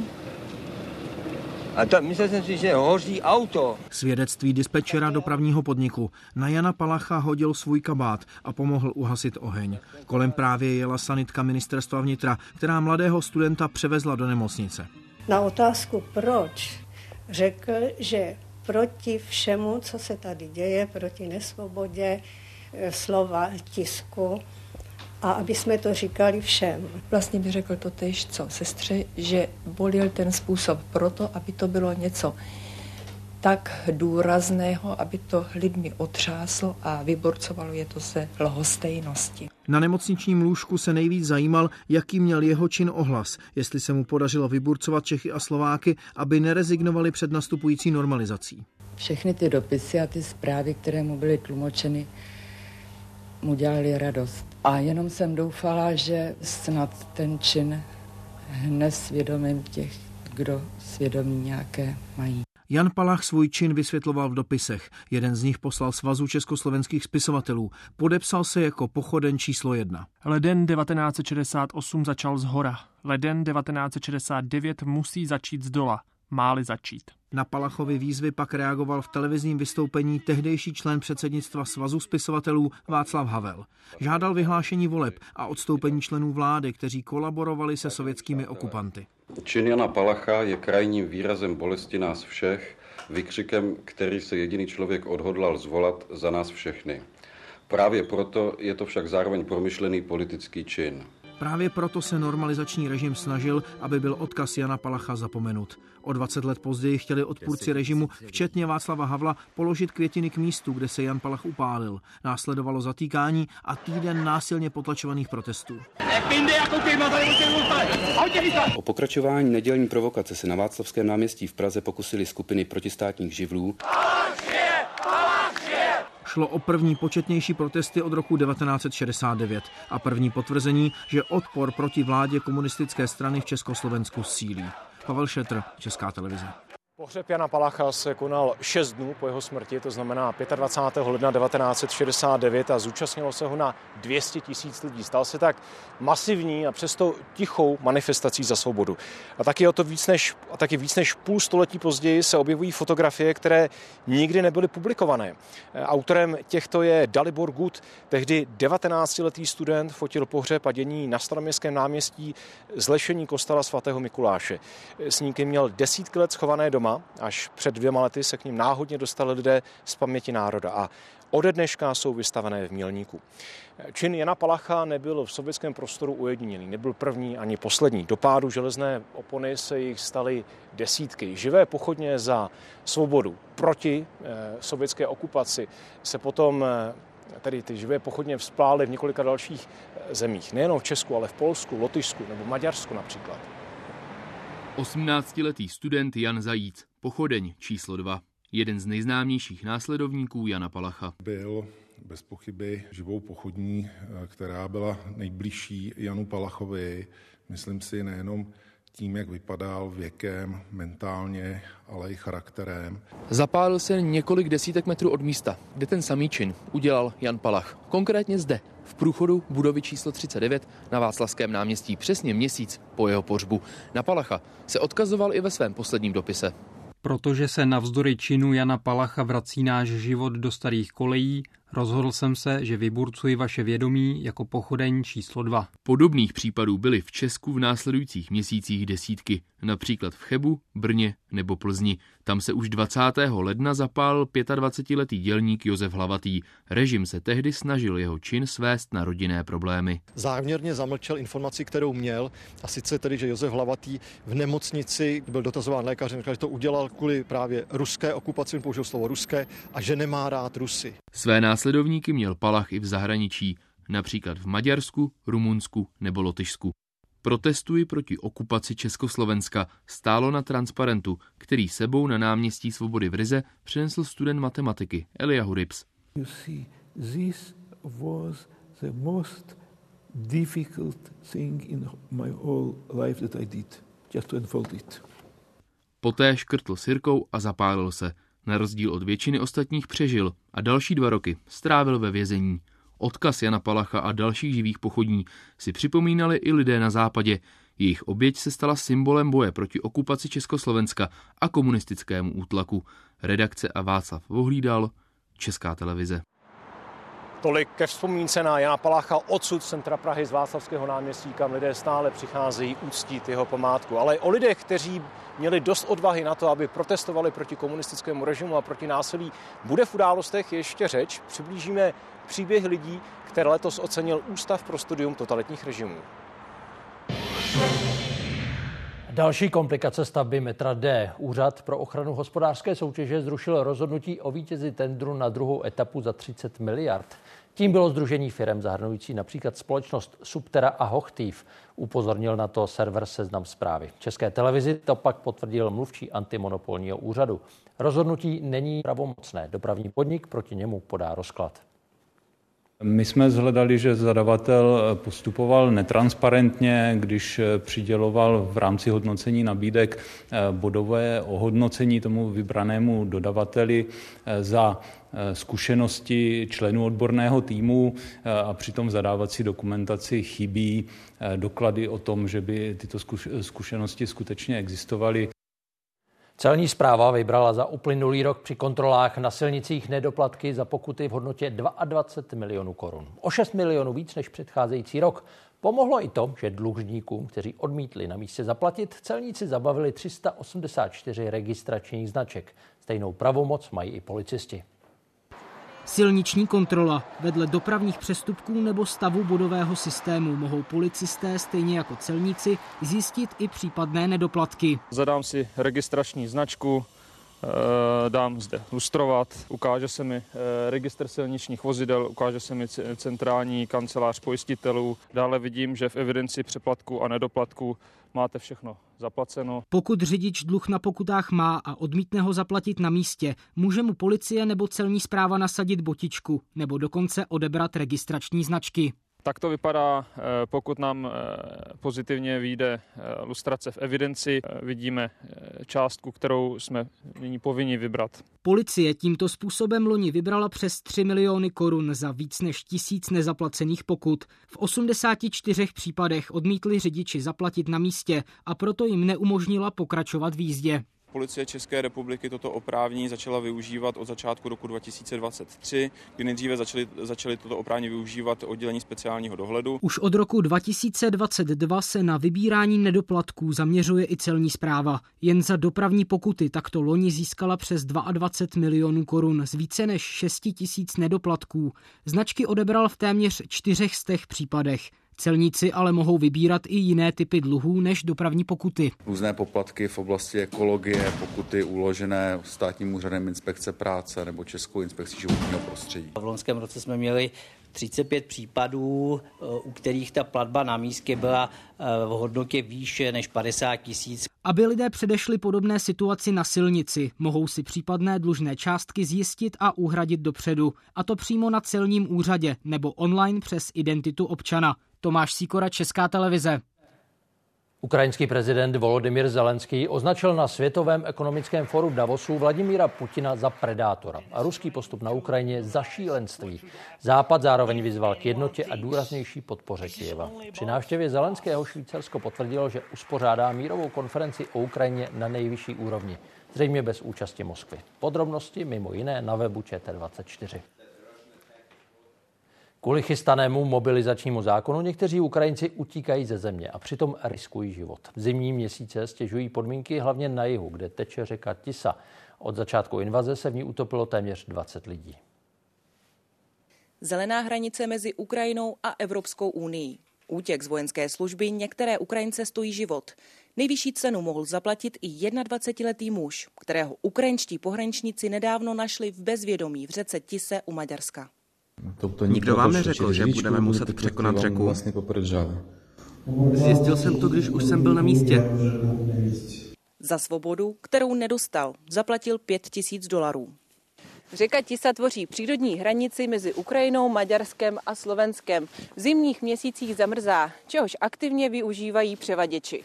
a ta, myslel jsem si, že hoří auto.
Svědectví dispečera dopravního podniku. Na Jana Palacha hodil svůj kabát a pomohl uhasit oheň. Kolem právě jela sanitka ministerstva vnitra, která mladého studenta převezla do nemocnice.
Na otázku proč řekl, že proti všemu, co se tady děje, proti nesvobodě slova, tisku, a aby jsme to říkali všem.
Vlastně by řekl to též, co sestře, že volil ten způsob proto, aby to bylo něco tak důrazného, aby to lidmi otřáslo a vyborcovalo je to ze lhostejnosti.
Na nemocničním lůžku se nejvíc zajímal, jaký měl jeho čin ohlas, jestli se mu podařilo vyburcovat Čechy a Slováky, aby nerezignovali před nastupující normalizací.
Všechny ty dopisy a ty zprávy, které mu byly tlumočeny, mu dělali radost. A jenom jsem doufala, že snad ten čin hne svědomím těch, kdo svědomí nějaké mají.
Jan Palach svůj čin vysvětloval v dopisech. Jeden z nich poslal Svazu československých spisovatelů. Podepsal se jako pochodeň číslo jedna.
Leden devatenáct set šedesát osm začal zhora. Leden devatenáct set šedesát devět musí začít zdola. Máli začít.
Na Palachovy výzvy pak reagoval v televizním vystoupení tehdejší člen předsednictva Svazu spisovatelů Václav Havel. Žádal vyhlášení voleb a odstoupení členů vlády, kteří kolaborovali se sovětskými okupanty.
Čin Jana Palacha je krajním výrazem bolesti nás všech, vykřikem, který se jediný člověk odhodlal zvolat za nás všechny. Právě proto je to však zároveň promyšlený politický čin.
Právě proto se normalizační režim snažil, aby byl odkaz Jana Palacha zapomenut. O dvacet let později chtěli odpůrci režimu, včetně Václava Havla, položit květiny k místu, kde se Jan Palach upálil. Následovalo zatýkání a týden násilně potlačovaných protestů.
O pokračování nedělní provokace se na Václavském náměstí v Praze pokusili skupiny protistátních živlů.
Šlo o první početnější protesty od roku devatenáct set šedesát devět a první potvrzení, že odpor proti vládě komunistické strany v Československu sílí. Pavel Šetr, Česká televize.
Pohřeb Jana Palacha se konal šest dnů po jeho smrti, to znamená dvacátého pátého ledna devatenáct set šedesát devět a zúčastnilo se ho na dvě stě tisíc lidí. Stal se tak masivní a přesto tichou manifestací za svobodu. A taky o to víc než, a taky víc než půl století později se objevují fotografie, které nikdy nebyly publikované. Autorem těchto je Dalibor Gut, tehdy devatenáctiletý student, fotil pohřeb a dění na Staroměstském náměstí zlešení kostela svatého Mikuláše. Snímky měl desítky let schované doma. Až před dvěma lety se k ním náhodně dostali lidé z paměti národa a ode dneška jsou vystavené v Mělníku. Čin Jana Palacha nebyl v sovětském prostoru ujedinělý, nebyl první ani poslední. Do pádu železné opony se jich staly desítky. Živé pochodně za svobodu proti eh, sovětské okupaci se potom eh, tedy ty živé pochodně vzplály v několika dalších zemích. Nejenom v Česku, ale v Polsku, Lotyšsku nebo Maďarsku například.
osmnáctiletý student Jan Zajíc, pochodeň číslo dva.
jeden z nejznámějších následovníků Jana Palacha.
Byl bez pochyby živou pochodní, která byla nejbližší Janu Palachovi. Myslím si nejenom tím, jak vypadal věkem, mentálně, ale i charakterem.
Zapálil se několik desítek metrů od místa, kde ten samý čin udělal Jan Palach. Konkrétně zde, v průchodu budovy číslo třicet devět na Václavském náměstí, přesně měsíc po jeho pohřbu. Na Palacha se odkazoval i ve svém posledním dopise.
Protože se navzdory činu Jana Palacha vrací náš život do starých kolejí, rozhodl jsem se, že vyburcuji vaše vědomí jako pochodeň číslo dva.
Podobných případů byly v Česku v následujících měsících desítky, například v Chebu, Brně nebo Plzni. Tam se už dvacátého ledna zapálil dvacetiletý dělník Josef Hlavatý. Režim se tehdy snažil jeho čin svést na rodinné problémy.
Záměrně zamlčel informaci, kterou měl, a sice tedy, že Josef Hlavatý v nemocnici byl dotazován lékařem, že to udělal kvůli právě ruské okupaci, použil slovo ruské, a že nemá rád Rusy.
Své následovníky měl Palach i v zahraničí, například v Maďarsku, Rumunsku nebo Lotyšsku. Protestuji proti okupaci Československa stálo na transparentu, který sebou na náměstí Svobody v Rize přinesl student matematiky Eliahu Rips.
You see, this was the most difficult thing in my whole life that I did, just to unfold it.
Poté škrtl sirkou a zapálil se. Na rozdíl od většiny ostatních přežil a další dva roky strávil ve vězení. Odkaz Jana Palacha a dalších živých pochodní si připomínali i lidé na západě. Jejich oběť se stala symbolem boje proti okupaci Československa a komunistickému útlaku. Redakce a Václav Vohlídal, Česká televize.
Tolik ke vzpomínce na Jana Palacha odsud z centra Prahy z Václavského náměstí, kam lidé stále přicházejí uctít jeho památku. Ale o lidech, kteří měli dost odvahy na to, aby protestovali proti komunistickému režimu a proti násilí, bude v Událostech ještě řeč. Přiblížíme příběh lidí, které letos ocenil Ústav pro studium totalitních režimů.
Další komplikace stavby metra D. Úřad pro ochranu hospodářské soutěže zrušil rozhodnutí o vítězi tendru na druhou etapu za třicet miliard. Tím bylo sdružení firem zahrnující například společnost Subterra a Hochtief. Upozornil na to server Seznam Zprávy. České televizi to pak potvrdil mluvčí antimonopolního úřadu. Rozhodnutí není pravomocné. Dopravní podnik proti němu podá rozklad.
My jsme shledali, že zadavatel postupoval netransparentně, když přiděloval v rámci hodnocení nabídek bodové ohodnocení tomu vybranému dodavateli za zkušenosti členů odborného týmu a přitom v zadávací dokumentaci chybí doklady o tom, že by tyto zkušenosti skutečně existovaly.
Celní správa vybrala za uplynulý rok při kontrolách na silnicích nedoplatky za pokuty v hodnotě dvacet dva milionů korun. O šest milionů víc než předcházející rok. Pomohlo i to, že dlužníkům, kteří odmítli na místě zaplatit, celníci zabavili tři sta osmdesát čtyři registračních značek. Stejnou pravomoc mají i policisti.
Silniční kontrola. Vedle dopravních přestupků nebo stavu bodového systému mohou policisté, stejně jako celníci, zjistit i případné nedoplatky.
Zadám si registrační značku, dám zde lustrovat, ukáže se mi registr silničních vozidel, ukáže se mi centrální kancelář pojistitelů. Dále vidím, že v evidenci přeplatku a nedoplatku máte všechno zaplaceno.
Pokud řidič dluh na pokutách má a odmítne ho zaplatit na místě, může mu policie nebo celní správa nasadit botičku nebo dokonce odebrat registrační značky.
Tak to vypadá, pokud nám pozitivně vyjde lustrace v evidenci. Vidíme částku, kterou jsme nyní povinni vybrat.
Policie tímto způsobem loni vybrala přes tři miliony korun za víc než tisíc nezaplacených pokut. V osmdesáti čtyřech případech odmítli řidiči zaplatit na místě a proto jim neumožnila pokračovat v jízdě.
Policie České republiky toto oprávnění začala využívat od začátku roku dva tisíce dvacet tři, kdy nejdříve začali, začali toto oprávnění využívat oddělení speciálního dohledu.
Už od roku dva tisíce dvacet dva se na vybírání nedoplatků zaměřuje i celní správa. Jen za dopravní pokuty takto loni získala přes dvacet dva milionů korun z více než šest tisíc nedoplatků. Značky odebral v téměř čtyřech z těch případech. Celníci ale mohou vybírat i jiné typy dluhů než dopravní pokuty.
Různé poplatky v oblasti ekologie, pokuty uložené Státním úřadem inspekce práce nebo Českou inspekcí životního prostředí.
V loňském roce jsme měli
třicet pět případů, u kterých ta platba na místě byla v hodnotě výše než padesát tisíc.
Aby lidé předešli podobné situaci na silnici, mohou si případné dlužné částky zjistit a uhradit dopředu. A to přímo na celním úřadě nebo online přes identitu občana. Tomáš Sýkora, Česká televize.
Ukrajinský prezident Volodymyr Zelenský označil na Světovém ekonomickém fóru v Davosu Vladimíra Putina za predátora a ruský postup na Ukrajině za šílenství. Západ zároveň vyzval k jednotě a důraznější podpoře Kyjeva. Při návštěvě Zelenského Švýcarsko potvrdilo, že uspořádá mírovou konferenci o Ukrajině na nejvyšší úrovni, zřejmě bez účasti Moskvy. Podrobnosti mimo jiné na webu Č T dvacet čtyři. Kvůli chystanému mobilizačnímu zákonu někteří Ukrajinci utíkají ze země a přitom riskují život. V zimní měsíce stěžují podmínky hlavně na jihu, kde teče řeka Tisa. Od začátku invaze se v ní utopilo téměř dvacet lidí.
Zelená hranice mezi Ukrajinou a Evropskou unií. Útěk z vojenské služby některé Ukrajince stojí život. Nejvyšší cenu mohl zaplatit i dvacetiletý muž, kterého ukrajinští pohraničníci nedávno našli v bezvědomí v řece Tise u Maďarska.
Nikdo vám neřekl, že budeme muset překonat řeku? Zjistil jsem to, když už jsem byl na místě.
Za svobodu, kterou nedostal, zaplatil pět tisíc dolarů. Řeka Tisa tvoří přírodní hranici mezi Ukrajinou, Maďarskem a Slovenskem. V zimních měsících zamrzá, čehož aktivně využívají převaděči.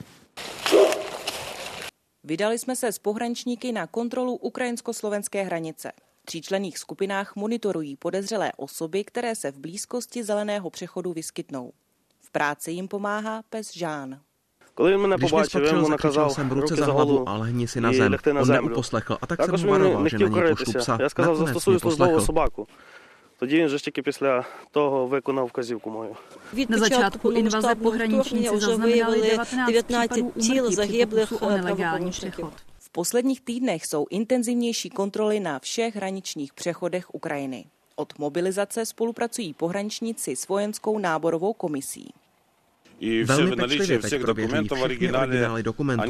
Vydali jsme se s pohraničníky na kontrolu ukrajinsko-slovenské hranice. V tříčlenných skupinách monitorují podezřelé osoby, které se v blízkosti zeleného přechodu vyskytnou. V práci jim pomáhá pes Žán.
Když mě spatřil, zakřičel jsem ruce za hlavu a lehni si na zem. On neuposlechl a tak jsem mu varoval, že na něj pošlu psa. Nakonec mě poslechl.
Тоді він же ж тільки після того виконав вказівку мою.
Na začátku invaze pohraničníci zaznamenali devatenáct případů úmrtí o nelegální přechod.
V posledních týdnech jsou intenzivnější kontroly na všech hraničních přechodech Ukrajiny. Od mobilizace spolupracují pohraničníci s vojenskou náborovou komisí.
Velmi pečlivě teď prověří všechny originály dokumentů.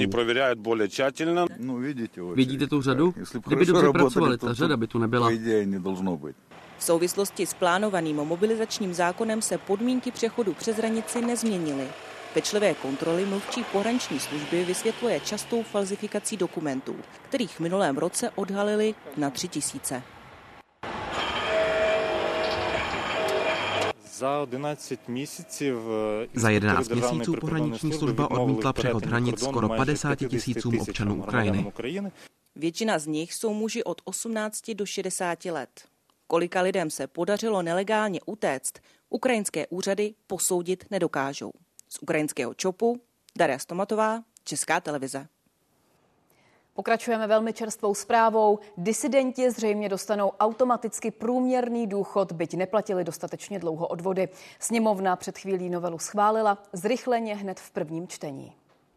Vidíte tu řadu? Kdyby dobře pracovali, ta řada by tu nebyla.
V souvislosti s plánovaným mobilizačním zákonem se podmínky přechodu přes hranici nezměnily. Pečlivé kontroly mluvčí pohraniční služby vysvětluje častou falzifikací dokumentů, kterých v minulém roce odhalili na tři tisíce.
Za jedenáct měsíců pohraniční služba odmítla přechod hranic skoro padesáti tisícům občanů Ukrajiny.
Většina z nich jsou muži od osmnácti do šedesáti let. Kolika lidem se podařilo nelegálně utéct, ukrajinské úřady posoudit nedokážou. Z ukrajinského Čopu Daria Stomatová, Česká televize.
Pokračujeme velmi čerstvou zprávou. Disidenti zřejmě dostanou automaticky průměrný důchod, byť neplatili dostatečně dlouho odvody. Sněmovna před chvílí novelu schválila, zrychleně hned v prvním čtení.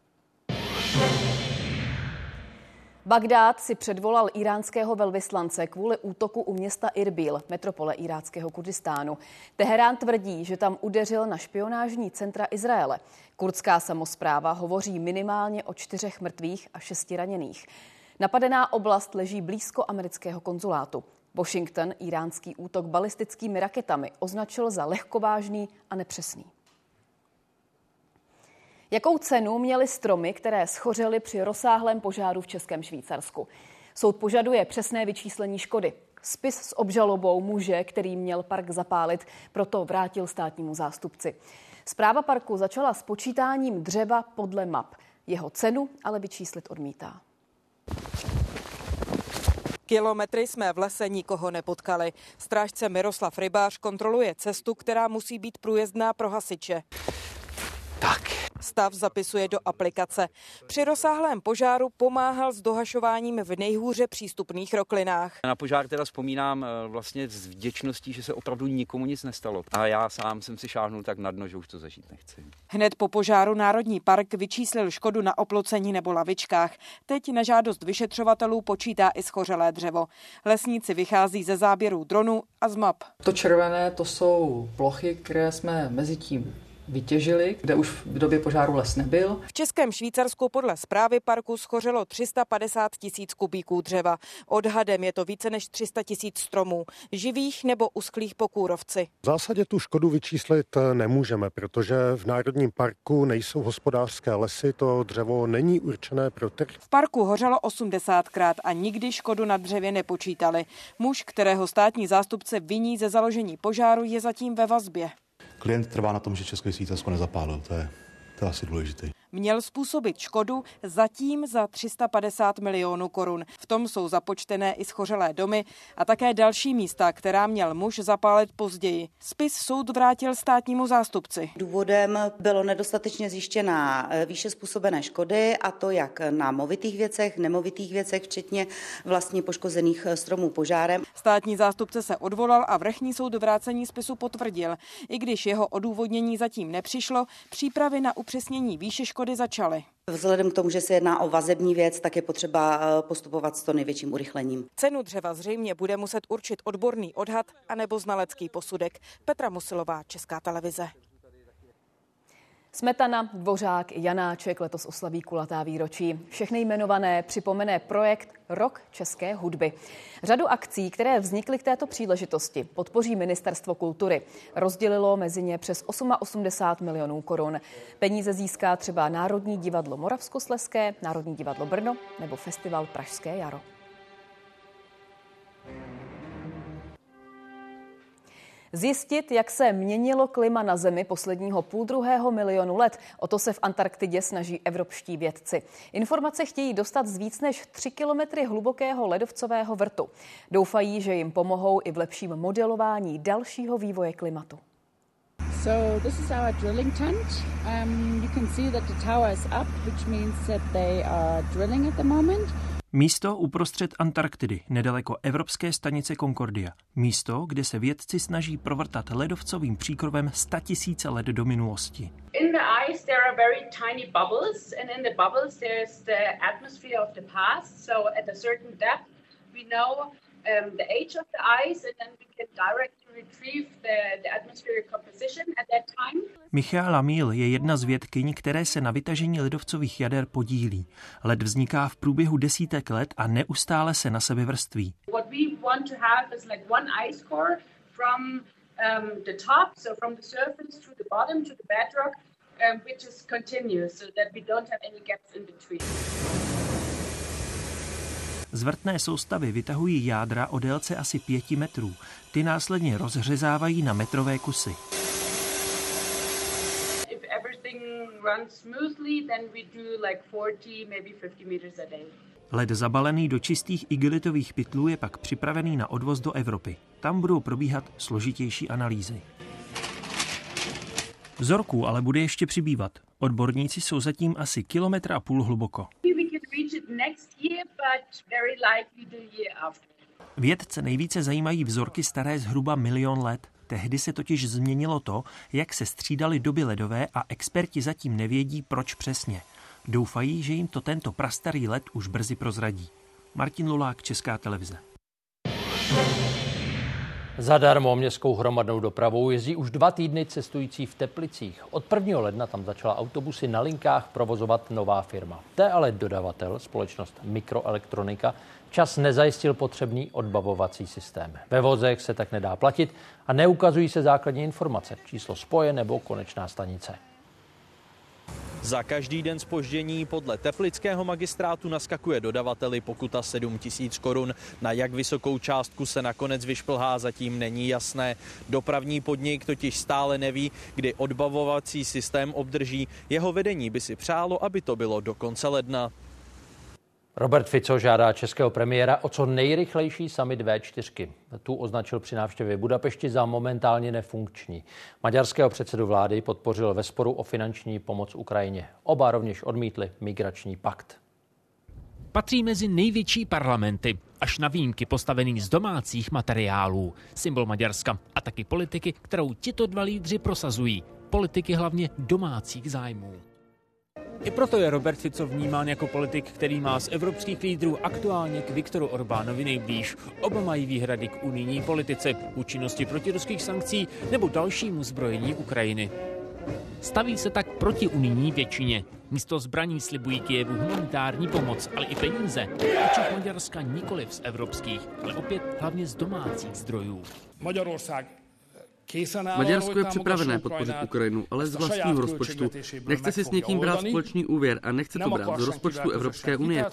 Bagdád si předvolal íránského velvyslance kvůli útoku u města Irbil, metropole iráckého Kurdistánu. Teherán tvrdí, že tam udeřil na špionážní centra Izraele. Kurdská samospráva hovoří minimálně o čtyřech mrtvých a šesti raněných. Napadená oblast leží blízko amerického konzulátu. Washington íránský útok balistickými raketami označil za lehkovážný a nepřesný. Jakou cenu měly stromy, které schořely při rozsáhlém požáru v Českém Švýcarsku? Soud požaduje přesné vyčíslení škody. Spis s obžalobou muže, který měl park zapálit, proto vrátil státnímu zástupci. Správa parku začala s počítáním dřeva podle map. Jeho cenu ale vyčíslit odmítá.
Kilometry jsme v lese nikoho nepotkali. Strážce Miroslav Rybář kontroluje cestu, která musí být průjezdná pro hasiče.
Tak.
Stav zapisuje do aplikace. Při rozsáhlém požáru pomáhal s dohašováním v nejhůře přístupných roklinách.
Na požár teda vzpomínám vlastně s vděčností, že se opravdu nikomu nic nestalo. A já sám jsem si šáhnul tak na dno, že už to zažít nechci.
Hned po požáru Národní park vyčíslil škodu na oplocení nebo lavičkách. Teď na žádost vyšetřovatelů počítá i schořelé dřevo. Lesníci vychází ze záběrů dronu a z map.
To červené to jsou plochy, které jsme mezi tím
vytěžili, kde už v době požáru les nebyl.
V Českém Švýcarsku podle správy parku schořelo tři sta padesát tisíc kubíků dřeva. Odhadem je to více než tři sta tisíc stromů, živých nebo uschlých po kůrovci.
V zásadě tu škodu vyčíslit nemůžeme, protože v Národním parku nejsou hospodářské lesy, to dřevo není určené pro trh.
V parku hořelo osmdesátkrát a nikdy škodu na dřevě nepočítali. Muž, kterého státní zástupce viní ze založení požáru, je zatím ve vazbě.
Klient trvá na tom, že České Švýcarsko nezapálil, to je, to je asi důležité.
Měl způsobit škodu zatím za tři sta padesát milionů korun. V tom jsou započtené i schořelé domy a také další místa, která měl muž zapálit později. Spis soud vrátil státnímu zástupci.
Důvodem bylo nedostatečně zjištěná výše způsobené škody, a to jak na movitých věcech, nemovitých věcech, včetně vlastně poškozených stromů požárem.
Státní zástupce se odvolal a vrchní soud vrácení spisu potvrdil. I když jeho odůvodnění zatím nepřišlo, přípravy na upřesnění výše škody začaly.
Vzhledem k tomu, že se jedná o vazební věc, tak je potřeba postupovat s to největším urychlením.
Cenu dřeva zřejmě bude muset určit odborný odhad anebo znalecký posudek. Petra Musilová, Česká televize.
Smetana, Dvořák i Janáček letos oslaví kulatá výročí. Všechny jmenované připomene projekt Rok české hudby. Řadu akcí, které vznikly k této příležitosti, podpoří Ministerstvo kultury. Rozdělilo mezi ně přes osmdesát osm milionů korun. Peníze získá třeba Národní divadlo Moravskoslezské, Národní divadlo Brno nebo Festival Pražské jaro. Zjistit, jak se měnilo klima na Zemi posledního půldruhého milionu let, o to se v Antarktidě snaží evropští vědci. Informace chtějí dostat z víc než tři kilometry hlubokého ledovcového vrtu. Doufají, že jim pomohou i v lepším modelování dalšího vývoje klimatu.
So this is our drilling tent. Um, you can see that the tower is up, which means that they are drilling at the moment.
Místo uprostřed Antarktidy, nedaleko evropské stanice Concordia. Místo, kde se vědci snaží provrtat ledovcovým příkrovem statisíce let do minulosti.
In the ice there are very tiny bubbles, and in the bubbles there's the atmosphere of the past. So at a certain depth we know um, the age of the ice, and then we can directly retrieve the, the atmospheric composition at that time.
Michaela Míl je jedna z vědkyň, které se na vytažení ledovcových jader podílí. Led vzniká v průběhu desítek let a neustále se na sebe vrství.
What we want to have is like one ice core from um, the top, so from the surface to the bottom to the bedrock, um, which is continuous, so that we don't have any gaps in between.
Z vrtné soustavy vytahují jádra o délce asi pěti metrů. Ty následně rozřezávají na metrové kusy.
If everything runs smoothly, then we do like forty, maybe fifty meters a day.
Led zabalený do čistých igelitových pytlů je pak připravený na odvoz do Evropy. Tam budou probíhat složitější analýzy. Vzorků ale bude ještě přibývat. Odborníci jsou zatím asi kilometr a půl hluboko. Vědce nejvíce zajímají vzorky staré zhruba milion let. Tehdy se totiž změnilo to, jak se střídaly doby ledové a experti zatím nevědí, proč přesně. Doufají, že jim to tento prastarý led už brzy prozradí. Martin Lulák, Česká televize.
Zadarmo městskou hromadnou dopravou jezdí už dva týdny cestující v Teplicích. Od prvního ledna tam začala autobusy na linkách provozovat nová firma. Té ale dodavatel, společnost Mikroelektronika, čas nezajistil potřebný odbavovací systém. Ve vozech se tak nedá platit a neukazují se základní informace, číslo spoje nebo konečná stanice.
Za každý den zpoždění podle teplického magistrátu naskakuje dodavateli pokuta sedm tisíc korun. Na jak vysokou částku se nakonec vyšplhá, zatím není jasné. Dopravní podnik totiž stále neví, kdy odbavovací systém obdrží. Jeho vedení by si přálo, aby to bylo do konce ledna.
Robert Fico žádá českého premiéra o co nejrychlejší summit vé čtyři. Tu označil při návštěvě Budapešti za momentálně nefunkční. Maďarského předsedu vlády podpořil ve sporu o finanční pomoc Ukrajině. Oba rovněž odmítli migrační pakt.
Patří mezi největší parlamenty, až na výjimky postavený z domácích materiálů. Symbol Maďarska a taky politiky, kterou tito dva lídři prosazují. Politiky hlavně domácích zájmů.
I proto je Robert Fico vnímán jako politik, který má z evropských lídrů aktuálně k Viktoru Orbánovi nejblíž. Oba mají výhrady k unijní politice, účinnosti protiruských sankcí nebo dalšímu zbrojení Ukrajiny.
Staví se tak proti unijní většině. Místo zbraní slibují Kyjevu humanitární pomoc, ale i peníze. Očích Maďarska nikoliv z evropských, ale opět hlavně z domácích zdrojů.
Maďarsko je připravené podpořit Ukrajinu, ale z vlastního rozpočtu. Nechce si s někým brát společný úvěr a nechce to brát z rozpočtu Evropské unie.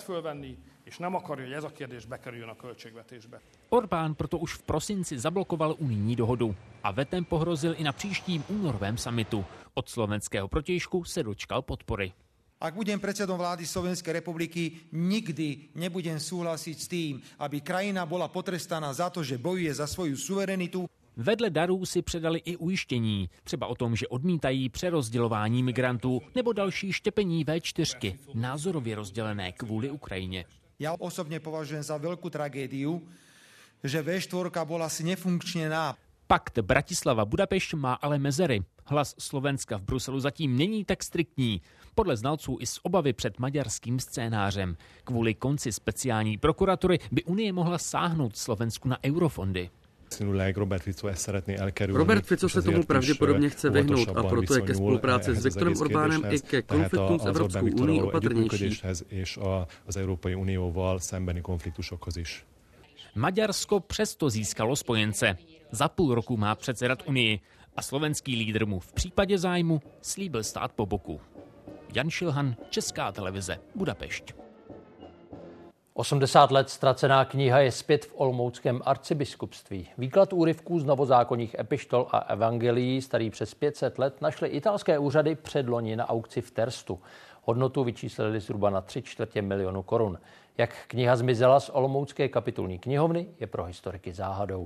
Orbán proto už v prosinci zablokoval unijní dohodu a vetem pohrozil i na příštím únorovém summitu. Od slovenského protějšku se dočkal podpory.
Ak budem predsedom vlády Slovenskej republiky, nikdy nebudem súhlasiť s tým, aby krajina bola potrestaná za to, že bojuje za svoju suverenitu.
Vedle darů si předali i ujištění, třeba o tom, že odmítají přerozdělování migrantů nebo další štěpení vé čtyřky, názorově rozdělené kvůli Ukrajině.
Ja osobne považujem za veľkú tragédiu, že vé štyri bola si nefunkčnená.
Pakt Bratislava-Budapešť má ale mezery. Hlas Slovenska v Bruselu zatím není tak striktní. Podle znalců i z obavy před maďarským scénářem. Kvůli konci speciální prokuratury by Unie mohla sáhnout Slovensku na eurofondy.
Robert Fico se tomu pravděpodobně chce vyhnout a proto je ke spolupráci s Viktorem Orbánem i ke konfliktům s Evropskou unií opatrnější.
Maďarsko přesto získalo spojence. Za půl roku má předsedat Unii a slovenský lídr mu v případě zájmu slíbil stát po boku. Jan Šilhan, Česká televize, Budapešť.
osmdesát let ztracená kniha je zpět v olomouckém arcibiskupství. Výklad úryvků z novozákonních epištol a evangelií starý přes pět set let našly italské úřady předloni na aukci v Terstu. Hodnotu vyčíslili zhruba na tři čtvrtě milionu korun. Jak kniha zmizela z olomoucké kapitulní knihovny, je pro historiky záhadou.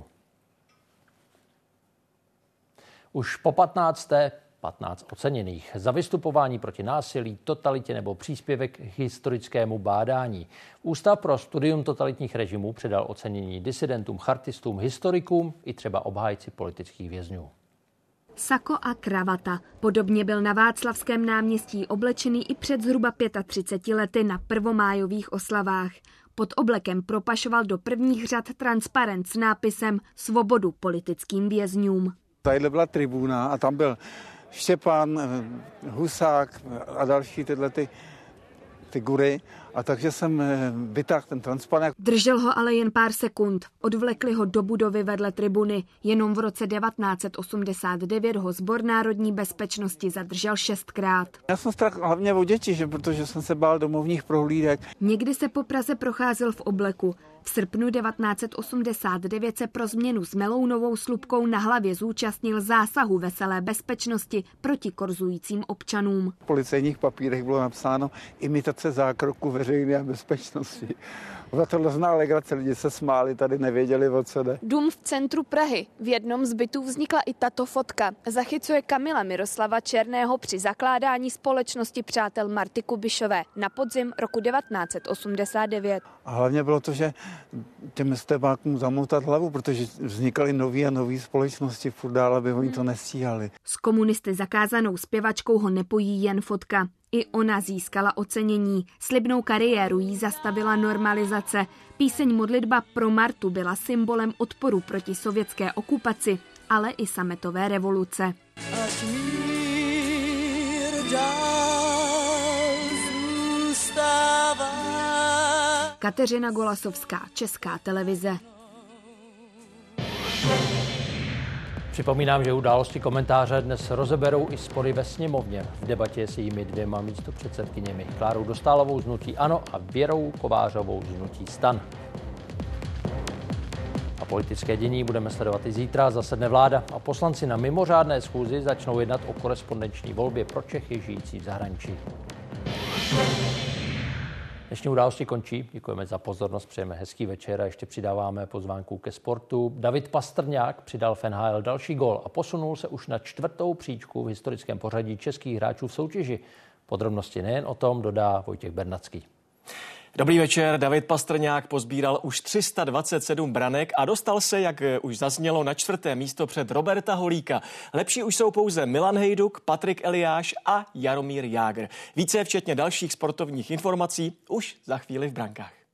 Už po patnácté patnáct oceněných za vystupování proti násilí, totalitě nebo příspěvek k historickému bádání. Ústav pro studium totalitních režimů předal ocenění disidentům, chartistům, historikům i třeba obhájci politických vězňů.
Sako a kravata. Podobně byl na Václavském náměstí oblečený i před zhruba třiceti pěti lety na prvomájových oslavách. Pod oblekem propašoval do prvních řad transparent s nápisem Svobodu politickým vězňům.
Tadyhle byla tribuna a tam byl Štěpán, Husák a další tyhle ty figury. A takže jsem vytáhl ten transparent.
Držel ho ale jen pár sekund. Odvlekli ho do budovy vedle tribuny. Jenom v roce devatenáct set osmdesát devět ho Sbor národní bezpečnosti zadržel šestkrát.
Já jsem strach hlavně o děti, že, protože jsem se bál domovních prohlídek.
Někdy se po Praze procházel v obleku. V srpnu devatenáct set osmdesát devět se pro změnu s melounovou slupkou na hlavě zúčastnil zásahu veselé bezpečnosti proti korzujícím občanům.
V policejních papírech bylo napsáno imitace zákroku veřejné bezpečnosti. Za tohle zná legrace, lidi se smáli, tady nevěděli, o co jde.
Dům v centru Prahy. V jednom z bytů vznikla i tato fotka. Zachycuje Kamila Miroslava Černého při zakládání společnosti přátel Marty Kubišové na podzim roku devatenáct set osmdesát devět.
A hlavně bylo to, že těm estebákům zamotat hlavu, protože vznikaly nový a nový společnosti, furt dál, aby oni to nestíhali.
S komunisty zakázanou zpěvačkou ho nepojí jen fotka. I ona získala ocenění. Slibnou kariéru jí zastavila normalizace. Píseň Modlitba pro Martu byla symbolem odporu proti sovětské okupaci, ale i sametové revoluce. Ať mír dál zůstává. Kateřina Golasovská, Česká televize.
Připomínám, že události komentáře dnes rozeberou i spory ve sněmovně. V debatě s jejími dvěma místopředsedkyněmi Klárou Dostálovou z hnutí ANO a Věrou Kovářovou z hnutí STAN. A politické dění budeme sledovat i zítra. Zasedne vláda a poslanci na mimořádné schůzi začnou jednat o korespondenční volbě pro Čechy žijící v zahraničí. Dnešní události končí. Děkujeme za pozornost, přejeme hezký večer a ještě přidáváme pozvánku ke sportu. David Pastrňák přidal v N H L další gól a posunul se už na čtvrtou příčku v historickém pořadí českých hráčů v soutěži. Podrobnosti nejen o tom dodá Vojtěch Bernacký.
Dobrý večer, David Pastrňák pozbíral už tři sta dvacet sedm branek a dostal se, jak už zaznělo, na čtvrté místo před Roberta Holíka. Lepší už jsou pouze Milan Hejduk, Patrik Eliáš a Jaromír Jágr. Více včetně dalších sportovních informací už za chvíli v brankách.